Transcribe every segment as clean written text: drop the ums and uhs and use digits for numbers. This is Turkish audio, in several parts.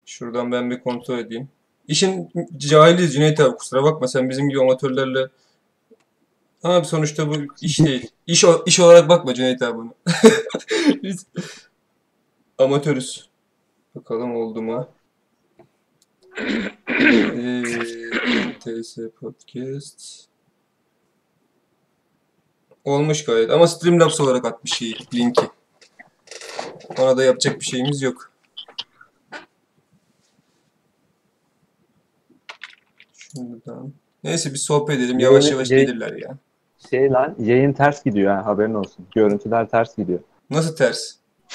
Şuradan ben bir kontrol edeyim. İşin cahiliyiz Cüneyt abi, kusura bakma, sen bizim gibi amatörlerle. Abi sonuçta bu iş değil. İş olarak bakma Cüneyt abi bunu. Biz amatörüz. Bakalım oldu mu? MTS Podcast. Olmuş gayet ama Streamlabs olarak atmış şeyi, linki. Ona da yapacak bir şeyimiz yok. Şuradan. Neyse bir sohbet edelim. Yavaş yavaş gelirler ya. Yayın ters gidiyor ha, haberin olsun. Görüntüler ters gidiyor. Nasıl ters?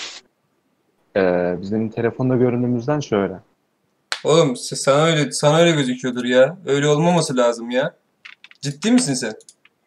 Bizim telefonda göründüğümüzden şöyle. Oğlum sana öyle gözüküyordur ya. Öyle olmaması lazım ya. Ciddi misin sen?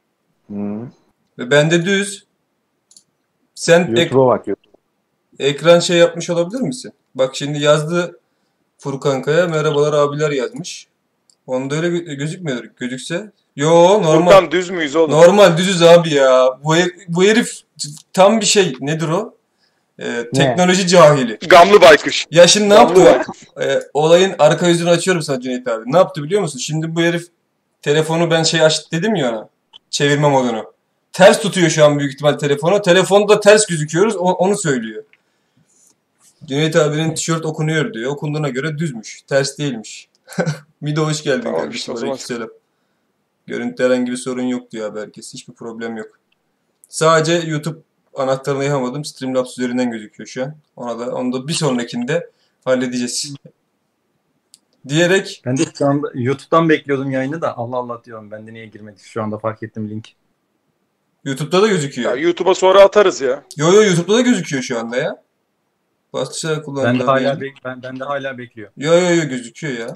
Ve bende düz. Sen YouTube'a bak. ekran şey yapmış olabilir misin? Bak şimdi yazdı Furkan Kaya. Merhabalar abiler yazmış. Onda öyle gözükmüyor. Gözükse. Yo, normal. Furkan düz müyüz oğlum? Normal düzüz abi ya. Bu herif tam bir şey. Nedir o? Teknoloji cahili. Gamlı baykuş. Ya şimdi ne yaptı? Olayın arka yüzünü açıyorum sana Cüneyt abi. Ne yaptı biliyor musun? Şimdi bu herif telefonu ben şey aç dedim ya ona. Çevirme modunu. Ters tutuyor şu an büyük ihtimal telefonu. Telefonda ters gözüküyoruz. Onu söylüyor. Cüneyt abinin tişört okunuyor diyor. Okunduğuna göre düzmüş. Ters değilmiş. Mido hoş geldin Tamam, kardeşim. işte o zaman. Aleykümselam. Görüntüde herhangi bir sorun yok diyor abi herkes. Hiçbir problem yok. Sadece YouTube anahtarını yapamadım. Streamlabs üzerinden gözüküyor şu an. Onu da bir sonrakinde halledeceğiz. Diyerek Ben de şu anda YouTube'dan bekliyordum yayını da Allah Allah diyorum. Ben de niye girmedik? Şu anda fark ettim link. YouTube'da da gözüküyor. Ya YouTube'a sonra atarız ya. Yo YouTube'da da gözüküyor şu anda ya. Bastırarak kullanılan. Ben de hala bekliyor. Yo gözüküyor ya.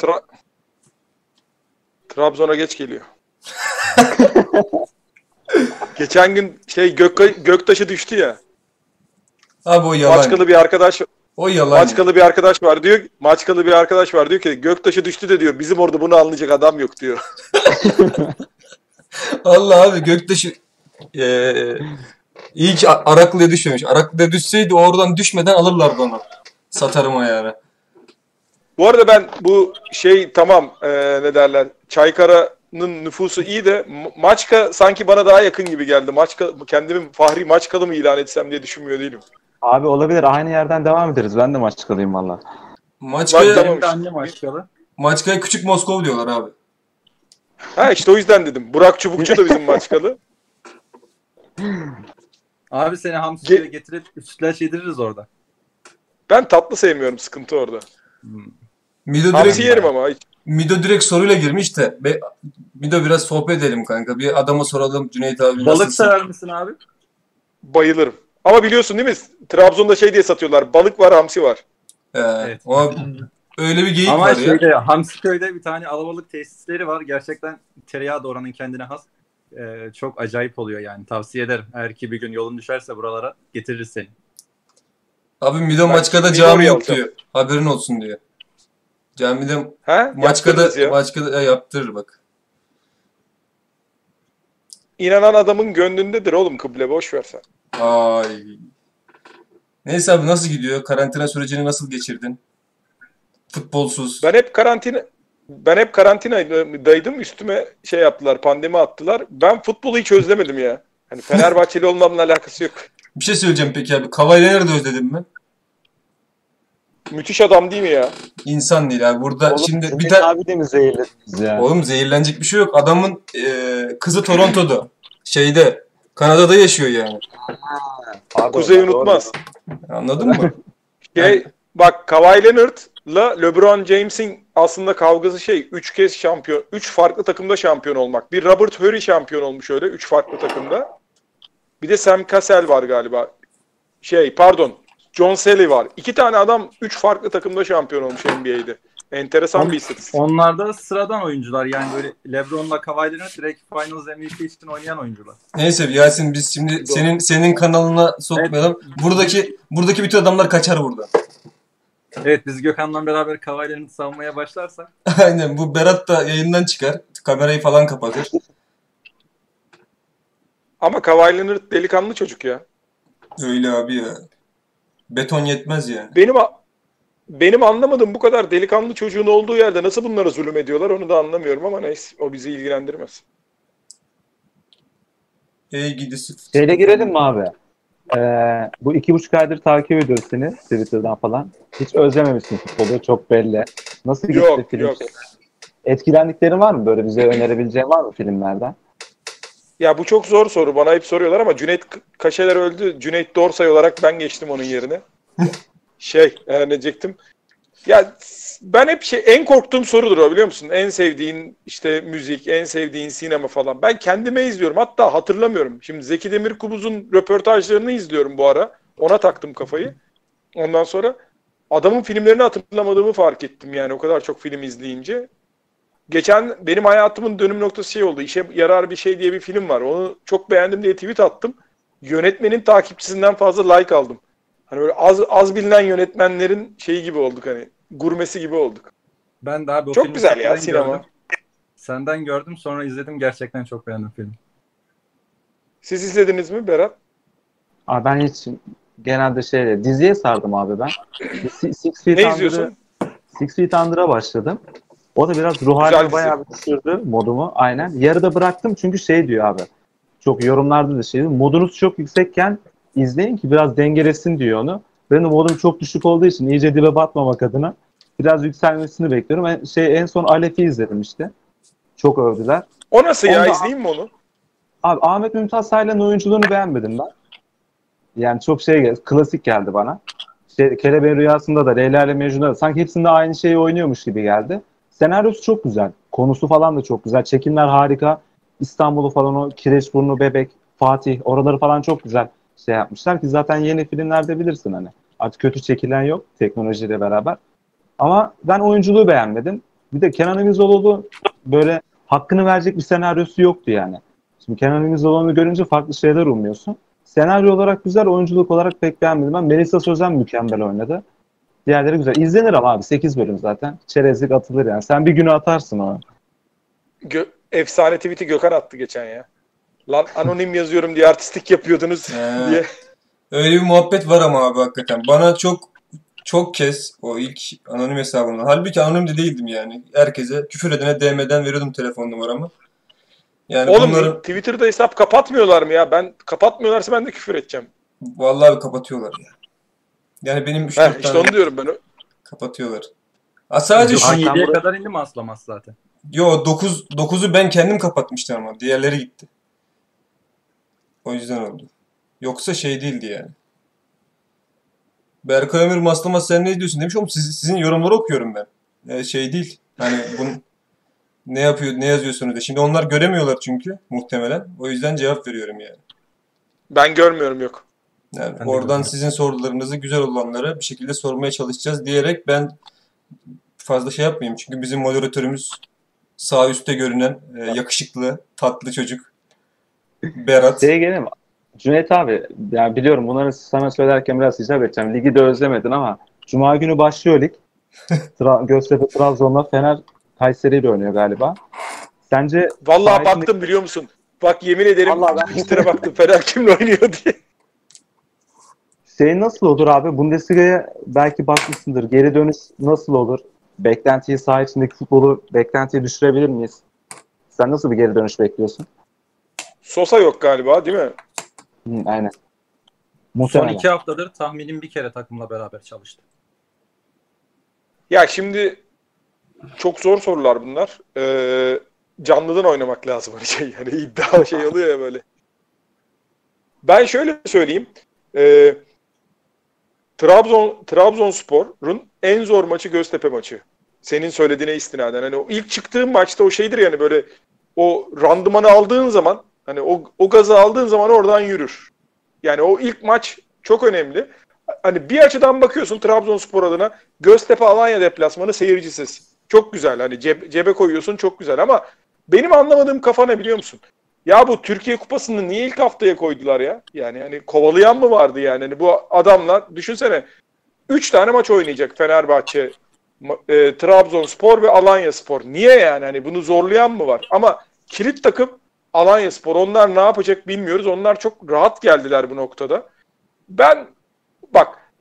Trabzon'a geç geliyor. Geçen gün Göktaş'ı düştü ya. Abi o yalan. Maçkalı bir arkadaş. O yalan. Maçkalı bir arkadaş var diyor. Maçkalı bir arkadaş var diyor ki Göktaş'ı düştü de diyor. Bizim orada bunu anlayacak adam yok diyor. Allah abi Göktaş'ı iyi ki Araklı'ya düşmemiş. Araklı'ya düşseydi oradan düşmeden alırlardı onu. Satarım ayağına. Bu arada ben bu tamam ne derler, Çaykara'nın nüfusu iyi de Maçka sanki bana daha yakın gibi geldi. Kendimi Fahri Maçkalı mı ilan etsem diye düşünmüyor değilim. Abi olabilir, aynı yerden devam ederiz. Ben de Maçkalıyım valla. Maçka'ya küçük Moskova diyorlar abi. Ha işte o yüzden dedim. Burak Çubukçu da bizim Maçkalı. Abi seni hamsiye getirip sütlaç yediririz orada. Ben tatlı sevmiyorum, sıkıntı orada. Hamsi yerim ama. Mido direkt soruyla girmiş de. Mido biraz sohbet edelim kanka. Bir adama soralım Cüneyt abi. Balık sever misin abi? Bayılırım. Ama biliyorsun değil mi? Trabzon'da diye satıyorlar. Balık var, hamsi var. Evet. Öyle bir geyik ama var ya. Hamsiköy'de bir tane alabalık tesisleri var. Gerçekten tereyağı da oranın kendine has. Çok acayip oluyor yani. Tavsiye ederim. Eğer ki bir gün yolun düşerse buralara getiririz seni. Abi Mido Maçka'da cami yok diyor. Haberin olsun diyor. Camide Maçka'da yaptırır bak. İnanan adamın gönlündedir oğlum kıble, boş ver sen. Ay. Neyse abi, nasıl gidiyor? Karantina sürecini nasıl geçirdin? Futbolsuz. Ben hep karantinadaydım. Üstüme yaptılar, pandemi attılar. Ben futbolu hiç özlemedim ya. Hani Fenerbahçeli olmamla alakası yok. Bir şey söyleyeceğim peki abi. Kavai'leri de özledin mi? Müthiş adam değil mi ya? İnsan değil abi. Burada oğlum, şimdi bir tane abi de mi zehirlediniz ya? Oğlum zehirlenecek bir şey yok. Adamın kızı Toronto'da. Kanada'da yaşıyor yani. Pardon, Kuzey unutmaz. Anladın mı? Bak, Kawhi Leonard'la LeBron James'in aslında kavgası 3 kez şampiyon, 3 farklı takımda şampiyon olmak. Bir Robert Horry şampiyon olmuş öyle 3 farklı takımda. Bir de Sam Cassell var galiba. John Salley var. 2 tane adam 3 farklı takımda şampiyon olmuş NBA'de. Enteresan bir istatistik. Onlar da sıradan oyuncular. Yani böyle LeBron'la Kawhi Leonard direkt Finals MVP için oynayan oyuncular. Neyse Yasin, biz şimdi senin kanalına sokmayalım. Evet. Buradaki bütün adamlar kaçar burada. Evet, biz Gökhan'la beraber Kawhi Leonard'ı savunmaya başlarsak. Aynen, bu Berat da yayından çıkar. Kamerayı falan kapatır. Ama Kawhi Leonard delikanlı çocuk ya. Öyle abi ya. Beton yetmez yani. benim anlamadığım bu kadar delikanlı çocuğun olduğu yerde nasıl bunlara zulüm ediyorlar onu da anlamıyorum ama neyse o bizi ilgilendirmez. Ey gidisi. Şeyle girelim mi abi? Bu 2,5 aydır takip ediyoruz seni Twitter'dan falan. Hiç özlememişsin futbolu, çok belli. Nasıl gitti Yok film? yok. Etkilendiklerin var mı? Böyle bize önerebileceğin var mı filmlerden? Ya bu çok zor soru. Bana hep soruyorlar ama Cüneyt Kaşeler öldü. Cüneyt Dorsay olarak ben geçtim onun yerine. Ne diyecektim? Ya ben hep en korktuğum sorudur o, biliyor musun? En sevdiğin işte müzik, en sevdiğin sinema falan. Ben kendime izliyorum. Hatta hatırlamıyorum. Şimdi Zeki Demirkubuz'un röportajlarını izliyorum bu ara. Ona taktım kafayı. Ondan sonra adamın filmlerini hatırlamadığımı fark ettim yani o kadar çok film izleyince. Geçen benim hayatımın dönüm noktası oldu. İşe yarar bir şey diye bir film var. Onu çok beğendim diye tweet attım. Yönetmenin takipçisinden fazla like aldım. Hani böyle az bilinen yönetmenlerin şeyi gibi olduk, hani gurmesi gibi olduk. Ben de abi o Çok filmi güzel ya senden sinema. gördüm. Senden gördüm, sonra izledim. Gerçekten çok beğendim filmi. Siz izlediniz mi Berat? Abi ben hiç genelde diziye sardım abi ben. Six Feet Ne Under'ı izliyorsun? Six Feet Under'a başladım. O da biraz ruh Güzel halime dizi. bayağı bir düşürdü modumu. Aynen. Yarıda bıraktım çünkü diyor abi. Çok yorumlarda da modunuz çok yüksekken izleyin ki biraz dengelesin diyor onu. Benim de modum çok düşük olduğu için iyice dibe batmamak adına biraz yükselmesini bekliyorum. En son Alef'i izledim işte. Çok övdüler. O nasıl ya? Onda- İzleyeyim mi onu? Abi Ahmet Mümtaz Taylan'ın oyunculuğunu beğenmedim ben. Yani çok klasik geldi bana. Kelebeğin Rüyası'nda da Leyla ile Mecnun'da da sanki hepsinde aynı şeyi oynuyormuş gibi geldi. Senaryosu çok güzel. Konusu falan da çok güzel. Çekimler harika. İstanbul'u falan, o Kireçburnu, Bebek, Fatih, oraları falan çok güzel yapmışlar ki zaten yeni filmlerde bilirsin hani. Artık kötü çekilen yok teknolojiyle beraber. Ama ben oyunculuğu beğenmedim. Bir de Kenan İmirzalıoğlu böyle hakkını verecek bir senaryosu yoktu yani. Şimdi Kenan İmirzalıoğlu'nu görünce farklı şeyler umuyorsun. Senaryo olarak güzel, oyunculuk olarak pek beğenmedim. Ben Melisa Sözen mükemmel oynadı. Diğerleri güzel. İzlenir ama abi 8 bölüm zaten. Çerezlik atılır yani. Sen bir günü atarsın onu. Efsane tweet'i Gökhan attı geçen ya. Lan anonim yazıyorum diye artistik yapıyordunuz diye. Öyle bir muhabbet var ama abi hakikaten. Bana çok kez o ilk anonim hesabımda. Halbuki anonim de değildim yani. Herkese küfür edene DM'den veriyordum telefon numaramı. Yani Oğlum bunların Twitter'da hesap kapatmıyorlar mı ya? Ben kapatmıyorlarsa ben de küfür edeceğim. vallahi kapatıyorlar ya. Yani benim 3-4 İşte tane onu diyorum ben. kapatıyorlar. Sadece Gökhan şu 7'ye kadar indi mi Aslamas zaten? 9'u ben kendim kapatmıştım ama diğerleri gitti. O yüzden oldu. Yoksa değildi yani. Berkay Ömür Maslama sen ne diyorsun demiş. Oğlum sizin yorumları okuyorum ben. Değil. Hani bunu ne yapıyor, ne yazıyorsunuz da. Şimdi onlar göremiyorlar çünkü muhtemelen. O yüzden cevap veriyorum yani. Ben görmüyorum, yok. Yani Ben de oradan görmüyorum. sizin sorularınızı güzel olanlara bir şekilde sormaya çalışacağız diyerek ben fazla yapmayayım. Çünkü bizim moderatörümüz sağ üstte görünen yakışıklı, tatlı çocuk Berat. Gelelim. Cüneyt abi, yani biliyorum bunları sana söylerken biraz icap edeceğim. Ligi de özlemedin ama Cuma günü başlıyor lig. Göztepe Trabzon'la, Fener Kayseri ile oynuyor galiba. Sence Vallahi sahip baktım biliyor musun? Bak yemin ederim Vallahi ben- Twitter'a baktım. Fener kimle oynuyor diye. nasıl olur abi? Bundesliga'ya belki bakmışsındır. Geri dönüş nasıl olur? Beklentiyi, saha içindeki futbolu beklentiyi düşürebilir miyiz? Sen nasıl bir geri dönüş bekliyorsun? Sosa yok galiba değil mi? Aynen. Son Muhtemelen. 2 haftadır tahminim bir kere takımla beraber çalıştı. Ya şimdi çok zor sorular bunlar. Canlıdan oynamak lazım hani yani iddia oluyor ya böyle. Ben şöyle söyleyeyim. Trabzonspor'un en zor maçı Göztepe maçı. Senin söylediğine istinaden. Hani o ilk çıktığın maçta o şeydir yani, böyle o randımanı aldığın zaman, hani o gazı aldığın zaman oradan yürür. Yani o ilk maç çok önemli. Hani bir açıdan bakıyorsun Trabzonspor adına, Göztepe Alanya deplasmanı seyircisiz. Çok güzel, hani cebe koyuyorsun, çok güzel, ama benim anlamadığım kafa ne biliyor musun? Ya bu Türkiye Kupası'nı niye ilk haftaya koydular ya? Yani hani kovalayan mı vardı yani? Hani bu adamlar düşünsene 3 tane maç oynayacak Fenerbahçe, Trabzonspor ve Alanyaspor. Niye yani? Hani bunu zorlayan mı var? Ama kilit takım Alanyaspor. Onlar ne yapacak bilmiyoruz. Onlar çok rahat geldiler bu noktada. Bak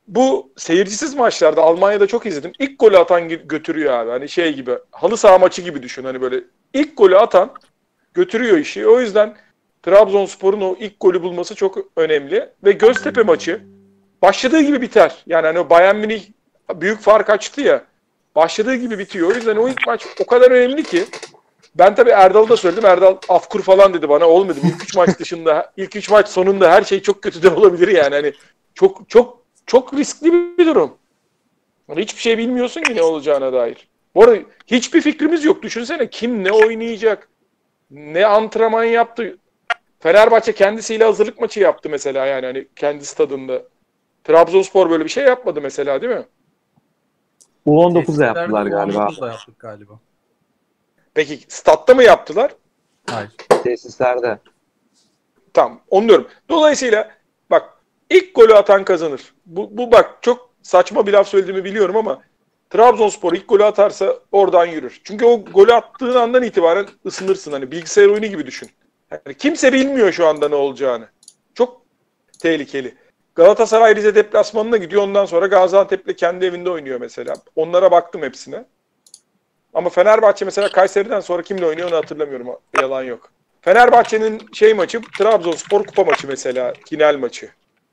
bu seyircisiz maçlarda Almanya'da çok izledim. İlk golü atan götürüyor abi. Hani şey gibi, halı saha maçı gibi düşün. Hani böyle ilk golü atan götürüyor işi. O yüzden Trabzonspor'un o ilk golü bulması çok önemli. Ve Göztepe maçı başladığı gibi biter. Yani hani o Bayern Münih büyük fark açtı ya. Başladığı gibi bitiyor. O yüzden o ilk maç o kadar önemli ki. Ben tabii Erdal'a da söyledim. Erdal afkur falan dedi bana. Olmadı. İlk 3 maç dışında, ilk 3 maç sonunda her şey çok kötü de olabilir yani. Hani çok riskli bir durum. Yani hiçbir şey bilmiyorsun ki ne olacağına dair. Bu arada hiçbir fikrimiz yok. Düşünsene kim ne oynayacak, ne antrenman yaptı. Fenerbahçe kendisiyle hazırlık maçı yaptı mesela yani hani kendi stadında. Trabzonspor böyle bir şey yapmadı mesela değil mi? U19'da yaptılar galiba. U19'da yaptık galiba. Peki statta mı yaptılar? Hayır. Tesislerde. Tamam onu diyorum. Dolayısıyla bak ilk golü atan kazanır. Bu bak çok saçma bir laf söylediğimi biliyorum ama Trabzonspor ilk golü atarsa oradan yürür. Çünkü o golü attığın andan itibaren ısınırsın. Hani bilgisayar oyunu gibi düşün. Yani kimse bilmiyor şu anda ne olacağını. Çok tehlikeli. Galatasaray Rize deplasmanına gidiyor. Ondan sonra Gaziantep'le kendi evinde oynuyor mesela. Onlara baktım hepsine. Ama Fenerbahçe mesela Kayseri'den sonra kimle oynuyor onu hatırlamıyorum. Yalan yok. Fenerbahçe'nin şey maçı Trabzonspor kupa maçı mesela. Final maçı.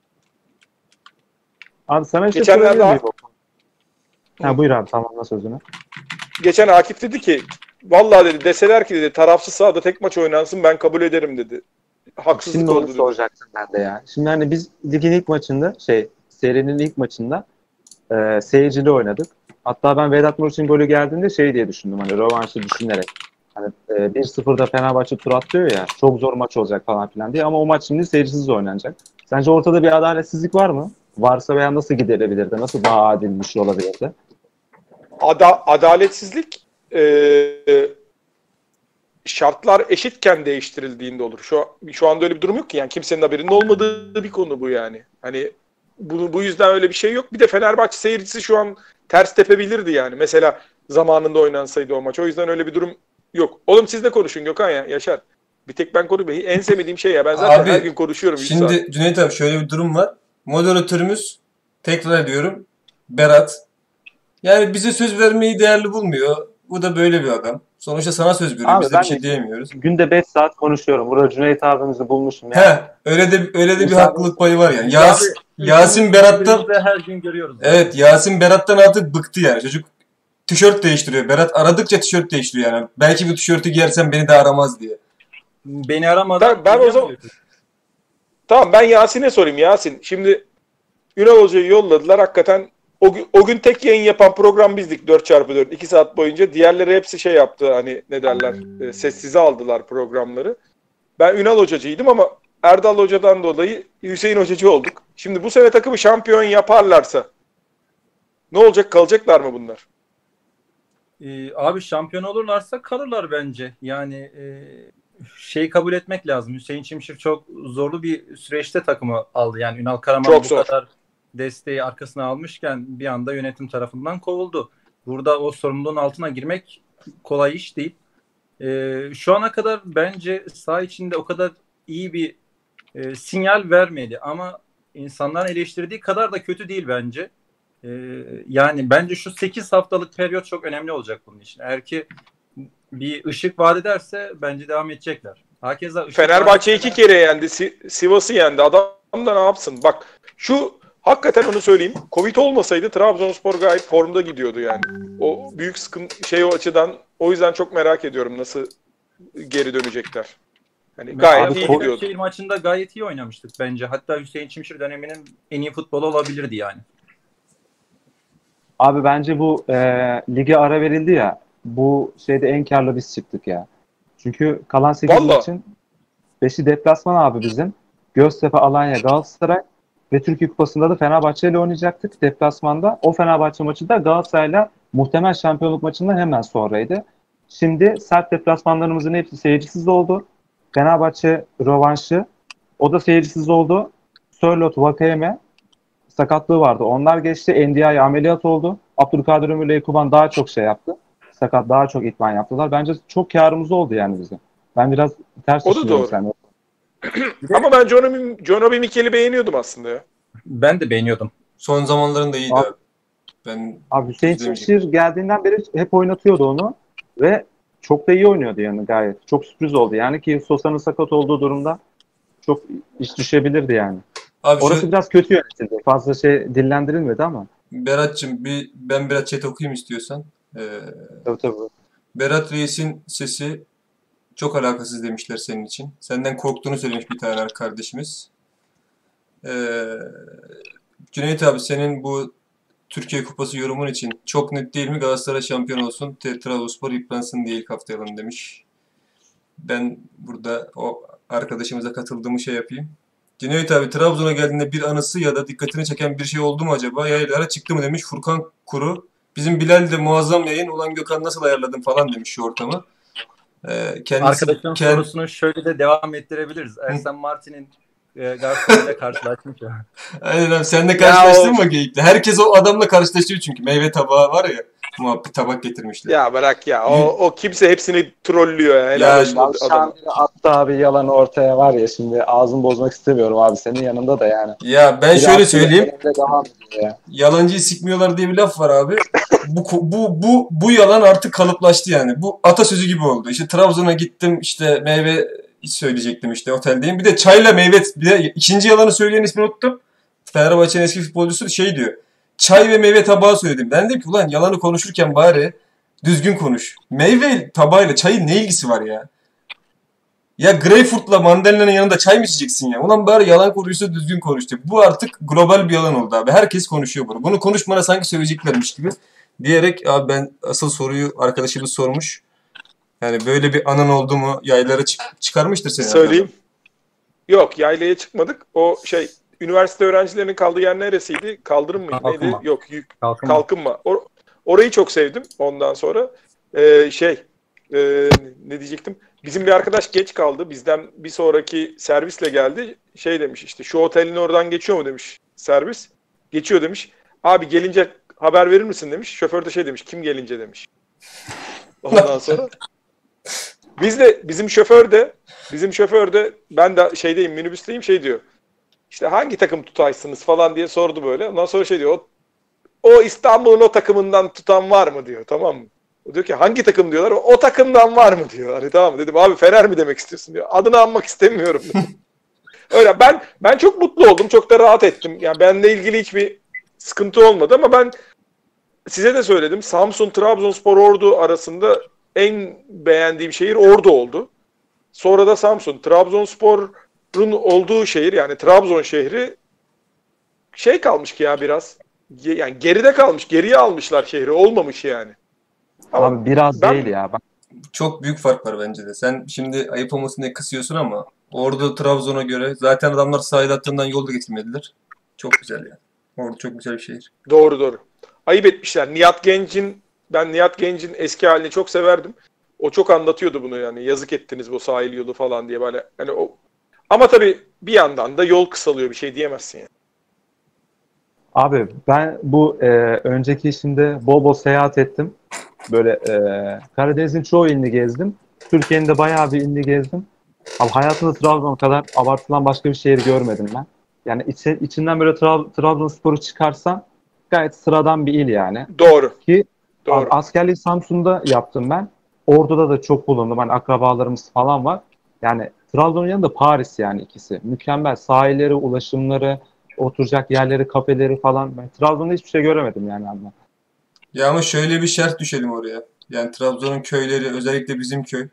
Abi sana işte Geçenlerde buyur abi tamamla sözünü. geçen Akif dedi ki vallahi dedi deseler ki dedi tarafsız sahada tek maç oynansın ben kabul ederim dedi. Haksızlık Şimdi oldu onu dedi. soracaktım ben de ya. Şimdi hani biz ligin ilk maçında serinin ilk maçında seyircili oynadık. Hatta ben Vedat Muriç'in golü geldiğinde şey diye düşündüm hani rövanşı düşünerek. Hani 1-0'da Fenerbahçe tur atlıyor ya çok zor maç olacak falan filan diye ama o maç şimdi seyircisiz oynanacak. Sence ortada bir adaletsizlik var mı? Varsa veya nasıl giderilebilirdi? Nasıl daha adil bir şey olabilirdi? Adaletsizlik şartlar eşitken değiştirildiğinde olur. Şu anda öyle bir durum yok ki. Yani kimsenin haberinin olmadığı bir konu bu yani. Hani bu yüzden öyle bir şey yok. Bir de Fenerbahçe seyircisi şu an ters tepebilirdi yani. Mesela zamanında oynansaydı o maç. O yüzden öyle bir durum yok. Oğlum siz de konuşun Gökhan ya. Yaşar. Bir tek ben konuşmayayım. En sevmediğim şey ya. Ben zaten Abi, her gün konuşuyorum. Şimdi Cüneyt abi şöyle bir durum var. Moderatörümüz tekrar ediyorum. Berat. Yani bize söz vermeyi değerli bulmuyor. Bu da böyle bir adam. Sonuçta sana söz veriyor. Abi Biz de ben bir şey diyemiyoruz. günde 5 saat konuşuyorum. Burada Cüneyt abimizi bulmuşum. Yani. He, öyle de bir haklılık payı var yani. Abi, Yasin Berat'tan birbirimizi her gün görüyoruz. evet Yasin Berat'tan artık bıktı yani. Çocuk tişört değiştiriyor. Berat aradıkça tişört değiştiriyor yani. Belki bu tişörtü giyersen beni de aramaz diye. Beni aramadan Ben o zaman tamam ben Yasin'e sorayım. Yasin şimdi Ünal Hoca'yı yolladılar. Hakikaten o gün tek yayın yapan program bizdik 4x4. 2 saat boyunca. Diğerleri hepsi şey yaptı hani ne derler sessize aldılar programları. Ben Ünal Hocacıydım ama Erdal Hoca'dan dolayı Hüseyin Hocacı olduk. Şimdi bu sene takımı şampiyon yaparlarsa ne olacak? Kalacaklar mı bunlar? Abi şampiyon olurlarsa kalırlar bence. Yani kabul etmek lazım. Hüseyin Çimşir çok zorlu bir süreçte takımı aldı. Yani Ünal Karaman Çok bu zor. kadar desteği arkasına almışken bir anda yönetim tarafından kovuldu. Burada o sorumluluğun altına girmek kolay iş değil. Şu ana kadar bence saha içinde o kadar iyi bir sinyal vermedi ama insanların eleştirdiği kadar da kötü değil bence. Yani bence şu 8 haftalık periyot çok önemli olacak bunun için. Eğer ki bir ışık vaat ederse bence devam edecekler. Hakeza Fenerbahçe 2 kere yendi. Sivas'ı yendi. Adam da ne yapsın? Bak hakikaten onu söyleyeyim. Covid olmasaydı Trabzonspor gayet formda gidiyordu yani. O büyük sıkıntı o açıdan o yüzden çok merak ediyorum nasıl geri dönecekler. Hani gayet iyi gidiyordu. Şehir maçında gayet iyi oynamıştık bence. Hatta Hüseyin Çimşir döneminin en iyi futbolu olabilirdi yani. Abi bence bu lige ara verildi ya. Bu şeyde en karlı biz çıktık ya. Çünkü kalan 8 maçın 5'i deplasman abi bizim. Göztepe, Alanya, Galatasaray ve Türkiye Kupası'nda da Fenerbahçe ile oynayacaktık deplasmanda. O Fenerbahçe maçı da Galatasaray'la muhtemel şampiyonluk maçından hemen sonraydı. Şimdi sert deplasmanlarımızın hepsi seyircisiz oldu. Fenerbahçe rövanşı o da seyircisiz oldu. Sörloth, Vakayeme sakatlığı vardı. Onlar geçti. NDI ameliyat oldu. Abdülkadir Ömür'le Ekuban daha çok şey yaptı. Daha çok idman yaptılar. Bence çok karımız oldu yani bizim. Ben biraz ters düşünüyorum seninle. Ama ben John Obi Mikel'i beğeniyordum aslında ya. Ben de beğeniyordum. Son zamanlarında iyiydi Abi, abi. Ben abi Hüseyin kötü demeyeceğim. Çimşir geldiğinden beri hep oynatıyordu onu ve çok da iyi oynuyordu yani gayet. Çok sürpriz oldu yani ki Sosa'nın sakat olduğu durumda çok iş düşebilirdi yani. Abi Orası şu biraz kötü yönetildi. Fazla şey dillendirilmedi ama. Berat'cığım ben biraz chat okuyayım istiyorsan. Tabii tabii. Berat Reis'in sesi çok alakasız demişler senin için. Senden korktuğunu söylemiş bir tane kardeşimiz. Ee, Cüneyt abi senin bu Türkiye Kupası yorumun için çok net değil mi? Galatasaray şampiyon olsun, Trabzonspor yıpransın diye ilk hafta alalım demiş. Ben burada o arkadaşımıza katıldığımı şey yapayım. Cüneyt abi Trabzon'a geldiğinde bir anısı ya da dikkatini çeken bir şey oldu mu acaba? Yaylara çıktı mı demiş Furkan Kuru. Bizim Bilal de muazzam yayın. Ulan Gökhan nasıl ayarladın falan demiş şu ortamı. Kendisi Arkadaşın sorusunu şöyle de devam ettirebiliriz. Ersen Martin'in Galatasaray'la karşılaşmış ya. Aynen abi sen de Ya karşılaştın o mı Geyik'le? Herkes o adamla karşılaşıyor çünkü. Meyve tabağı var ya. Muhabbet tabak getirmişler. ya bırak ya. Y- O kimse hepsini trollüyor ya. Helal Ya olsun adama. Şampiyon attı abi yalan ortaya var ya şimdi ağzını bozmak istemiyorum abi senin yanında da yani. ya ben Bir şöyle hafta söyleyeyim. önce devam ediyor ya. Yalancıyı sikmiyorlar diye bir laf var abi. Bu yalan artık kalıplaştı yani. Bu atasözü gibi oldu. İşte Trabzon'a gittim işte meyve söyleyecektim işte oteldeyim. Bir de çayla meyve bir de ikinci yalanı söyleyen ismini unuttum. Fenerbahçe'nin eski futbolcusu şey diyor. Çay ve meyve tabağı söyledim. Ben dedim ki ulan yalanı konuşurken bari düzgün konuş. Meyve tabağıyla çayın ne ilgisi var ya? Ya Greyfurt'la mandalina'nın yanında çay mı içeceksin ya? Ulan bari yalan konuşsa düzgün konuştu. Bu artık global bir yalan oldu abi. Herkes konuşuyor bunu. Bunu konuşmana sanki söyleyeceklermiş gibi. Diyerek abi ben asıl soruyu arkadaşımız sormuş. Yani böyle bir anın oldu mu yaylara çıkarmıştır seni herhalde. Söyleyeyim. Yok yaylaya çıkmadık. O şey üniversite öğrencilerinin kaldığı yer neresiydi? Kaldırım mıydı? Neydi? Kalkınma. Yok Kalkınma. Kalkınma. Orayı çok sevdim ondan sonra. Şey ne diyecektim? Bizim bir arkadaş geç kaldı. Bizden bir sonraki servisle geldi. Şey demiş işte şu otelin oradan geçiyor mu demiş servis. Geçiyor demiş. Abi gelince haber verir misin demiş. Şoför de şey demiş. Kim gelince demiş. Ondan sonra bizim şoför de ben de şeydeyim minibüsteyim şey diyor. İşte hangi takım tutaysınız falan diye sordu böyle. Ondan sonra şey diyor. O İstanbul'un o takımından tutan var mı diyor. Tamam mı? O diyor ki hangi takım diyorlar. O takımdan var mı diyor. Hani tamam mı? Dedim abi Fener mi demek istiyorsun diyor. Adını anmak istemiyorum. Öyle ben çok mutlu oldum. Çok da rahat ettim. Yani benimle ilgili hiçbir sıkıntı olmadı ama ben size de söyledim. Samsun, Trabzonspor, Ordu arasında en beğendiğim şehir Ordu oldu. Sonra da Samsun. Trabzonspor'un olduğu şehir yani Trabzon şehri şey kalmış ki ya biraz. Yani geride kalmış. Geriye almışlar şehri. Olmamış yani. Ama Abi biraz ben değil ya. Bak, Çok büyük fark var bence de. Sen şimdi ayıp olmasın diye kısıyorsun ama orada Trabzon'a göre zaten adamlar sahil hattından yolda getirmediler. Çok güzel yani. Orada çok güzel bir şehir. doğru. Ayıp etmişler. Ben Nihat Genc'in eski halini çok severdim. O çok anlatıyordu bunu yani. Yazık ettiniz bu sahil yolu falan diye böyle. Yani ama tabii bir yandan da yol kısalıyor bir şey diyemezsin yani. abi ben bu önceki işimde bol bol seyahat ettim. Böyle Karadeniz'in çoğu ilini gezdim. Türkiye'nin de bayağı bir ilini gezdim. Abi hayatımda Trabzon kadar abartılan başka bir şehir görmedim ben. Yani içinden böyle Trabzonspor'u çıkarsan gayet sıradan bir il yani. Doğru. Ki abi, Doğru. askerliği Samsun'da yaptım ben. Ordu'da da çok bulundum. Hani akrabalarımız falan var. Yani Trabzon'un yanında Paris yani ikisi. Mükemmel. Sahilleri, ulaşımları, oturacak yerleri, kafeleri falan. Ben Trabzon'da hiçbir şey göremedim yani abi. Ya ama şöyle bir şart düşelim oraya. Yani Trabzon'un köyleri özellikle bizim köy.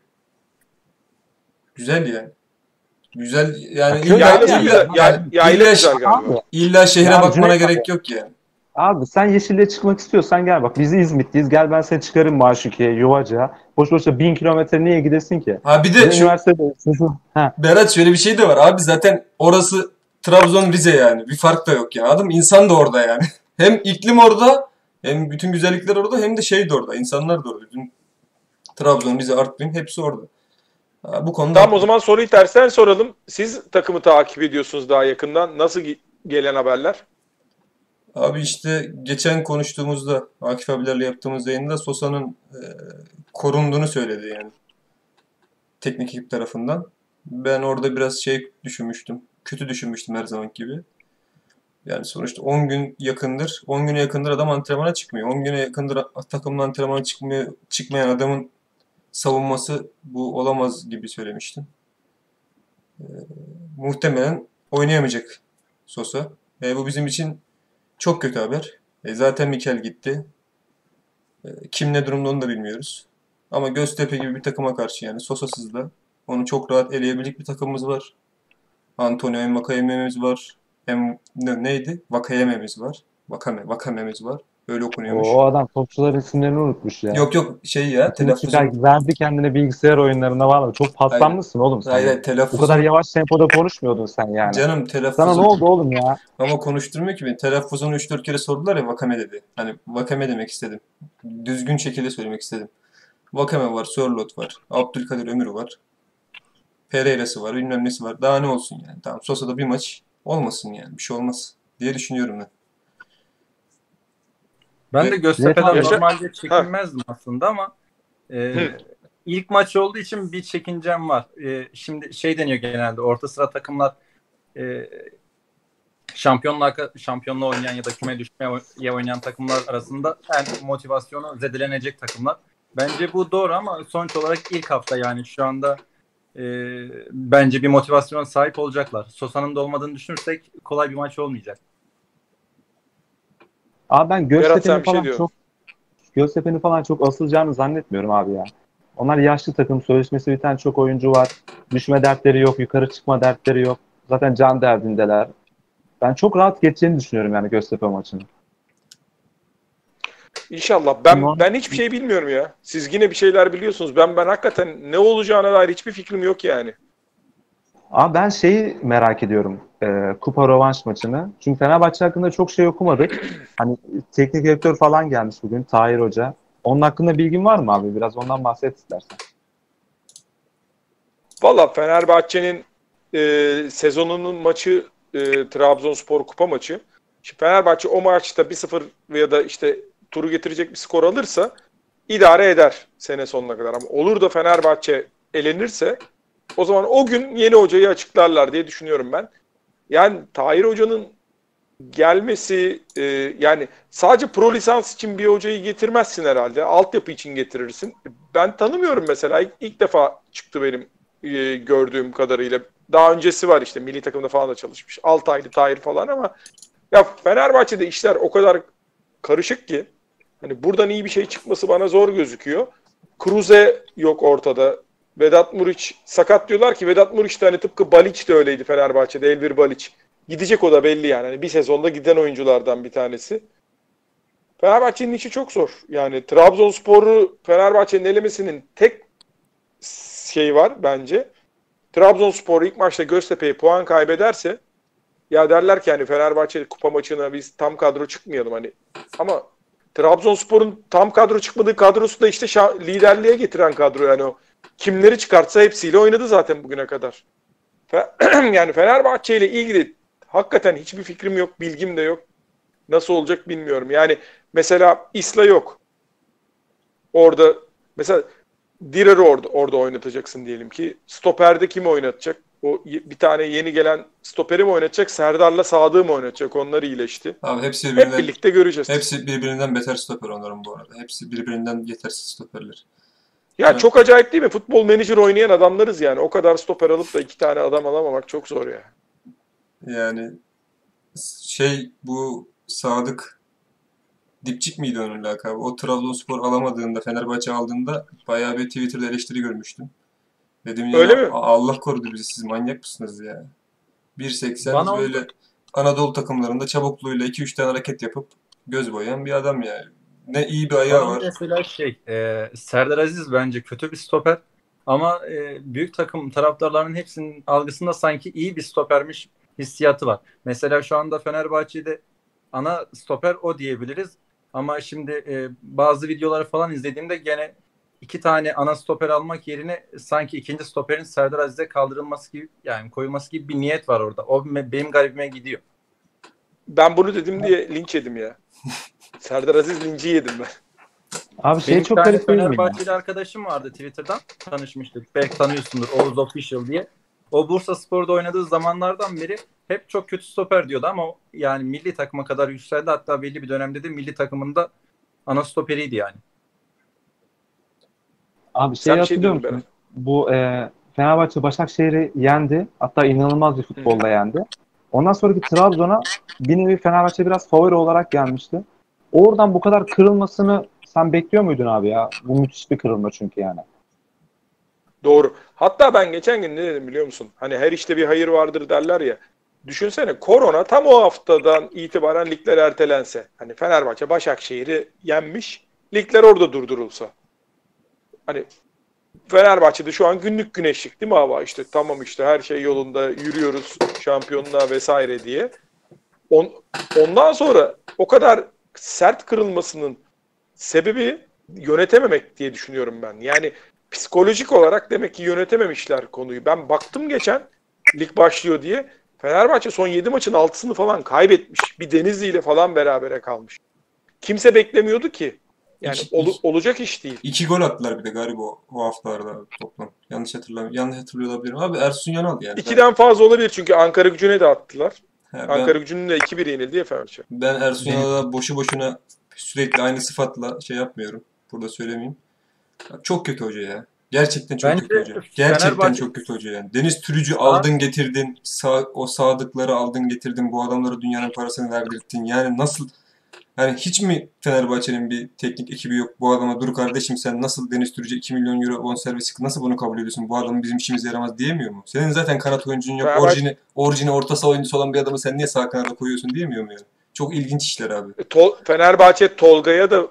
Güzel yani. Güzel yani Köy illa, abi Yayla yani. güzel. Yayla illa, güzel galiba. Abi, illa şehre ya bakmana Cüneyt abi, gerek yok yani. abi sen Yeşil'e çıkmak istiyorsan gel bak. Biz İzmit'teyiz. Gel ben seni çıkarayım Maşuki'ye, Yuvacık'a. Boş boşuna 1000 kilometre niye gidesin ki? Ha bir Biz de şu üniversitedeyiz. Ha. Berat şöyle bir şey de var. Abi zaten orası Trabzon Rize yani. Bir fark da yok yani. Adam insan da orada yani. Hem iklim orada hem bütün güzellikler orada hem de şey de orada. İnsanlar da orada. Bütün Trabzon, Rize, Artvin hepsi orada. Ha, bu konuda Tamam o zaman soruyu tersten soralım. Siz takımı takip ediyorsunuz daha yakından. Nasıl gelen haberler? abi işte geçen konuştuğumuzda Akif abilerle yaptığımız yayında Sosa'nın korunduğunu söyledi yani. Teknik ekip tarafından. Ben orada biraz şey düşünmüştüm. Kötü düşünmüştüm her zaman gibi. Yani sonuçta 10 gün yakındır. 10 güne yakındır adam antrenmana çıkmıyor. 10 güne yakındır takımla antrenmana çıkmayan adamın savunması bu olamaz gibi söylemiştim. Muhtemelen oynayamayacak Sosa. Bu bizim için çok kötü haber. Zaten Mikel gitti. Kim ne durumda onu da bilmiyoruz. Ama Göztepe gibi bir takıma karşı yani Sosa'sız da onu çok rahat eleyebilecek bir takımımız var. Antonio Envakayeme'miz var. Neydi? Vakayeme'miz var. Vakame'miz var. Öyle okunuyormuş. O adam topçuların isimlerini unutmuş ya. Yok şey ya telaffuzum. Verdi kendine bilgisayar oyunlarına var. Çok paslanmışsın oğlum sen. Hayır, Bu telaffuzum. kadar yavaş tempoda konuşmuyordun sen yani. Canım telaffuzum. Sana ne oldu oğlum ya? Ama konuşturmuyor ki beni. Telaffuzunu 3-4 kere sordular ya Vakame dedi. Hani Vakame demek istedim. Düzgün şekilde söylemek istedim. Vakame var, Sörloth var, Abdülkadir Ömür var. Pereira'sı var, bilmem nesi var. Daha ne olsun yani. Tamam Sosa'da bir maç olmasın yani. Bir şey olmaz diye düşünüyorum ben. Ben de Göztepe'den Yaşa- normalde çekinmezdim aslında ama ilk maç olduğu için bir çekincem var. Şimdi şey deniyor genelde orta sıra takımlar şampiyonluğa oynayan ya da küme düşmeye oynayan takımlar arasında en motivasyonu zedelenecek takımlar. Bence bu doğru ama sonuç olarak ilk hafta yani şu anda bence bir motivasyona sahip olacaklar. Sosa'nın da olmadığını düşünürsek kolay bir maç olmayacak. Abi ben Berat, sen Göztepe'nin bir şey falan Göztepe'nin falan çok asılacağını zannetmiyorum abi ya. Onlar yaşlı takım, sözleşmesi biten çok oyuncu var. Düşme dertleri yok, yukarı çıkma dertleri yok. Zaten can derdindeler. Ben çok rahat geçeceğini düşünüyorum yani Göztepe maçını. İnşallah. Tamam. Ben hiçbir şey bilmiyorum ya. Siz yine bir şeyler biliyorsunuz. Ben hakikaten ne olacağına dair hiçbir fikrim yok yani. Abi ben şeyi merak ediyorum. Kupa rövanş maçını. Çünkü Fenerbahçe hakkında çok şey okumadık. Hani teknik direktör falan gelmiş bugün. Tahir Hoca. Onun hakkında bilgin var mı abi? Biraz ondan bahset istersen. Valla Fenerbahçe'nin sezonunun maçı Trabzonspor kupa maçı. Şimdi Fenerbahçe o maçta 1-0 ya da işte turu getirecek bir skor alırsa idare eder sene sonuna kadar. Ama olur da Fenerbahçe elenirse o zaman o gün yeni hocayı açıklarlar diye düşünüyorum ben. Yani Tahir Hoca'nın gelmesi yani sadece pro lisans için bir hocayı getirmezsin herhalde. Altyapı için getirirsin. Ben tanımıyorum mesela. İlk defa çıktı benim gördüğüm kadarıyla. Daha öncesi var işte milli takımda falan da çalışmış. Altaylı Tahir falan ama ya Fenerbahçe'de işler o kadar karışık ki hani buradan iyi bir şey çıkması bana zor gözüküyor. Kruze yok ortada. Vedat Muriç sakat diyorlar ki Vedat Muriç de hani tıpkı Baliç de öyleydi Fenerbahçe'de. Elvir Baliç. Gidecek o da belli yani. Hani bir sezonda giden oyunculardan bir tanesi. Fenerbahçe'nin işi çok zor. Yani Trabzonspor'u Fenerbahçe'nin elemesinin tek şeyi var bence. Trabzonspor ilk maçta Göztepe'ye puan kaybederse ya derler ki hani Fenerbahçe kupa maçına biz tam kadro çıkmayalım hani. Ama Trabzonspor'un tam kadro çıkmadığı kadrosu da işte liderliğe getiren kadro yani o. Kimleri çıkartsa hepsiyle oynadı zaten bugüne kadar. Yani Fenerbahçe ile ilgili hakikaten hiçbir fikrim yok, bilgim de yok. Nasıl olacak bilmiyorum. Yani mesela Isla yok. Orada mesela Direr'i orada oynatacaksın diyelim ki. Stoper'de kimi oynatacak? O bir tane yeni gelen stoperi mi oynatacak? Serdar'la Sadık'ı mı oynatacak? Onlar iyileşti. Abi hepsi Hep birlikte göreceğiz. Hepsi birbirinden beter stoper onların bu arada. Hepsi birbirinden yetersiz stoperler. Ya evet. Çok acayip değil mi? Futbol menajer oynayan adamlarız yani. O kadar stoper alıp da 2 tane adam alamamak çok zor ya. Yani bu Sadık Dipçik miydi onun lakabı? O Trabzonspor alamadığında, Fenerbahçe aldığında bayağı bir Twitter'da eleştiri görmüştüm. Dedim ya öyle mi? Allah korudu bizi, siz manyak mısınız ya? 1.80 böyle Anadolu takımlarında çabukluğuyla 2-3 tane hareket yapıp göz boyayan bir adam yani. Ne iyi bir ayağı var. Mesela Serdar Aziz bence kötü bir stoper ama büyük takım taraftarlarının hepsinin algısında sanki iyi bir stopermiş hissiyatı var. Mesela şu anda Fenerbahçe'de ana stoper o diyebiliriz. Ama şimdi bazı videoları falan izlediğimde gene 2 tane ana stoper almak yerine sanki ikinci stoperin Serdar Aziz'e kaldırılması gibi yani koyulması gibi bir niyet var orada. O benim garibime gidiyor. Ben bunu dedim diye linç yedim ya. Serdar Aziz linci yedim ben. Abi benim çok garip değil mi? Fenerbahçeli arkadaşım vardı Twitter'dan tanışmıştık. Belki tanıyorsundur Oğuz Official diye. o Bursaspor'da oynadığı zamanlardan beri hep çok kötü stoper diyordu ama yani milli takıma kadar yükseldi. Hatta belli bir dönemde de milli takımında ana stoperiydi yani. Abi Sen bir şey hatırlıyor diyordun musun? Bu Fenerbahçe Başakşehir'i yendi. Hatta inanılmaz bir futbolla yendi. Ondan sonraki Trabzon'a bir nevi Fenerbahçe biraz favori olarak gelmişti. Oradan bu kadar kırılmasını sen bekliyor muydun abi ya? Bu müthiş bir kırılma çünkü yani. Doğru. Hatta ben geçen gün ne dedim biliyor musun? Hani her işte bir hayır vardır derler ya. Düşünsene korona tam o haftadan itibaren ligler ertelense. Hani Fenerbahçe Başakşehir'i yenmiş. Ligler orada durdurulsa. Hani Fenerbahçe'de şu an günlük güneşlik değil mi hava? İşte tamam işte her şey yolunda yürüyoruz şampiyonluğa vesaire diye. Ondan sonra o kadar sert kırılmasının sebebi yönetememek diye düşünüyorum ben. Yani psikolojik olarak demek ki yönetememişler konuyu. Ben baktım geçen lig başlıyor diye. Fenerbahçe son 7 maçın 6'sını falan kaybetmiş. Bir Denizli ile falan berabere kalmış. Kimse beklemiyordu ki. Yani olacak iş değil. 2 gol attılar bir de galiba o haftalarda toplam. Yanlış hatırlıyor olabilirim. Abi Ersun Yanal yani. 2'den fazla olabilir çünkü Ankara Gücü'ne de attılar. Ben, Ankara Gücü'nün de 2-1 yenildi ya Fenerbahçe. Ben Ersun Yanal'a boşu boşuna sürekli aynı sıfatla şey yapmıyorum. Burada söylemeyeyim. Çok kötü hoca ya. Gerçekten çok kötü hoca. Gerçekten çok kötü hoca yani. Deniz Türücü aldın getirdin. O sadıkları aldın getirdin. Bu adamlara dünyanın parasını verdirdin. Yani nasıl... Yani hiç mi Fenerbahçe'nin bir teknik ekibi yok? Bu adama dur kardeşim sen nasıl Deniz Türücü 2 milyon euro bonservis nasıl bunu kabul ediyorsun? Bu adam bizim işimize yaramaz diyemiyor mu? Senin zaten kanat oyuncun yok. Orijini orta saha oyuncusu olan bir adamı sen niye sağ kanada koyuyorsun diyemiyor mu yani? Çok ilginç işler abi. Fenerbahçe Tolga'ya da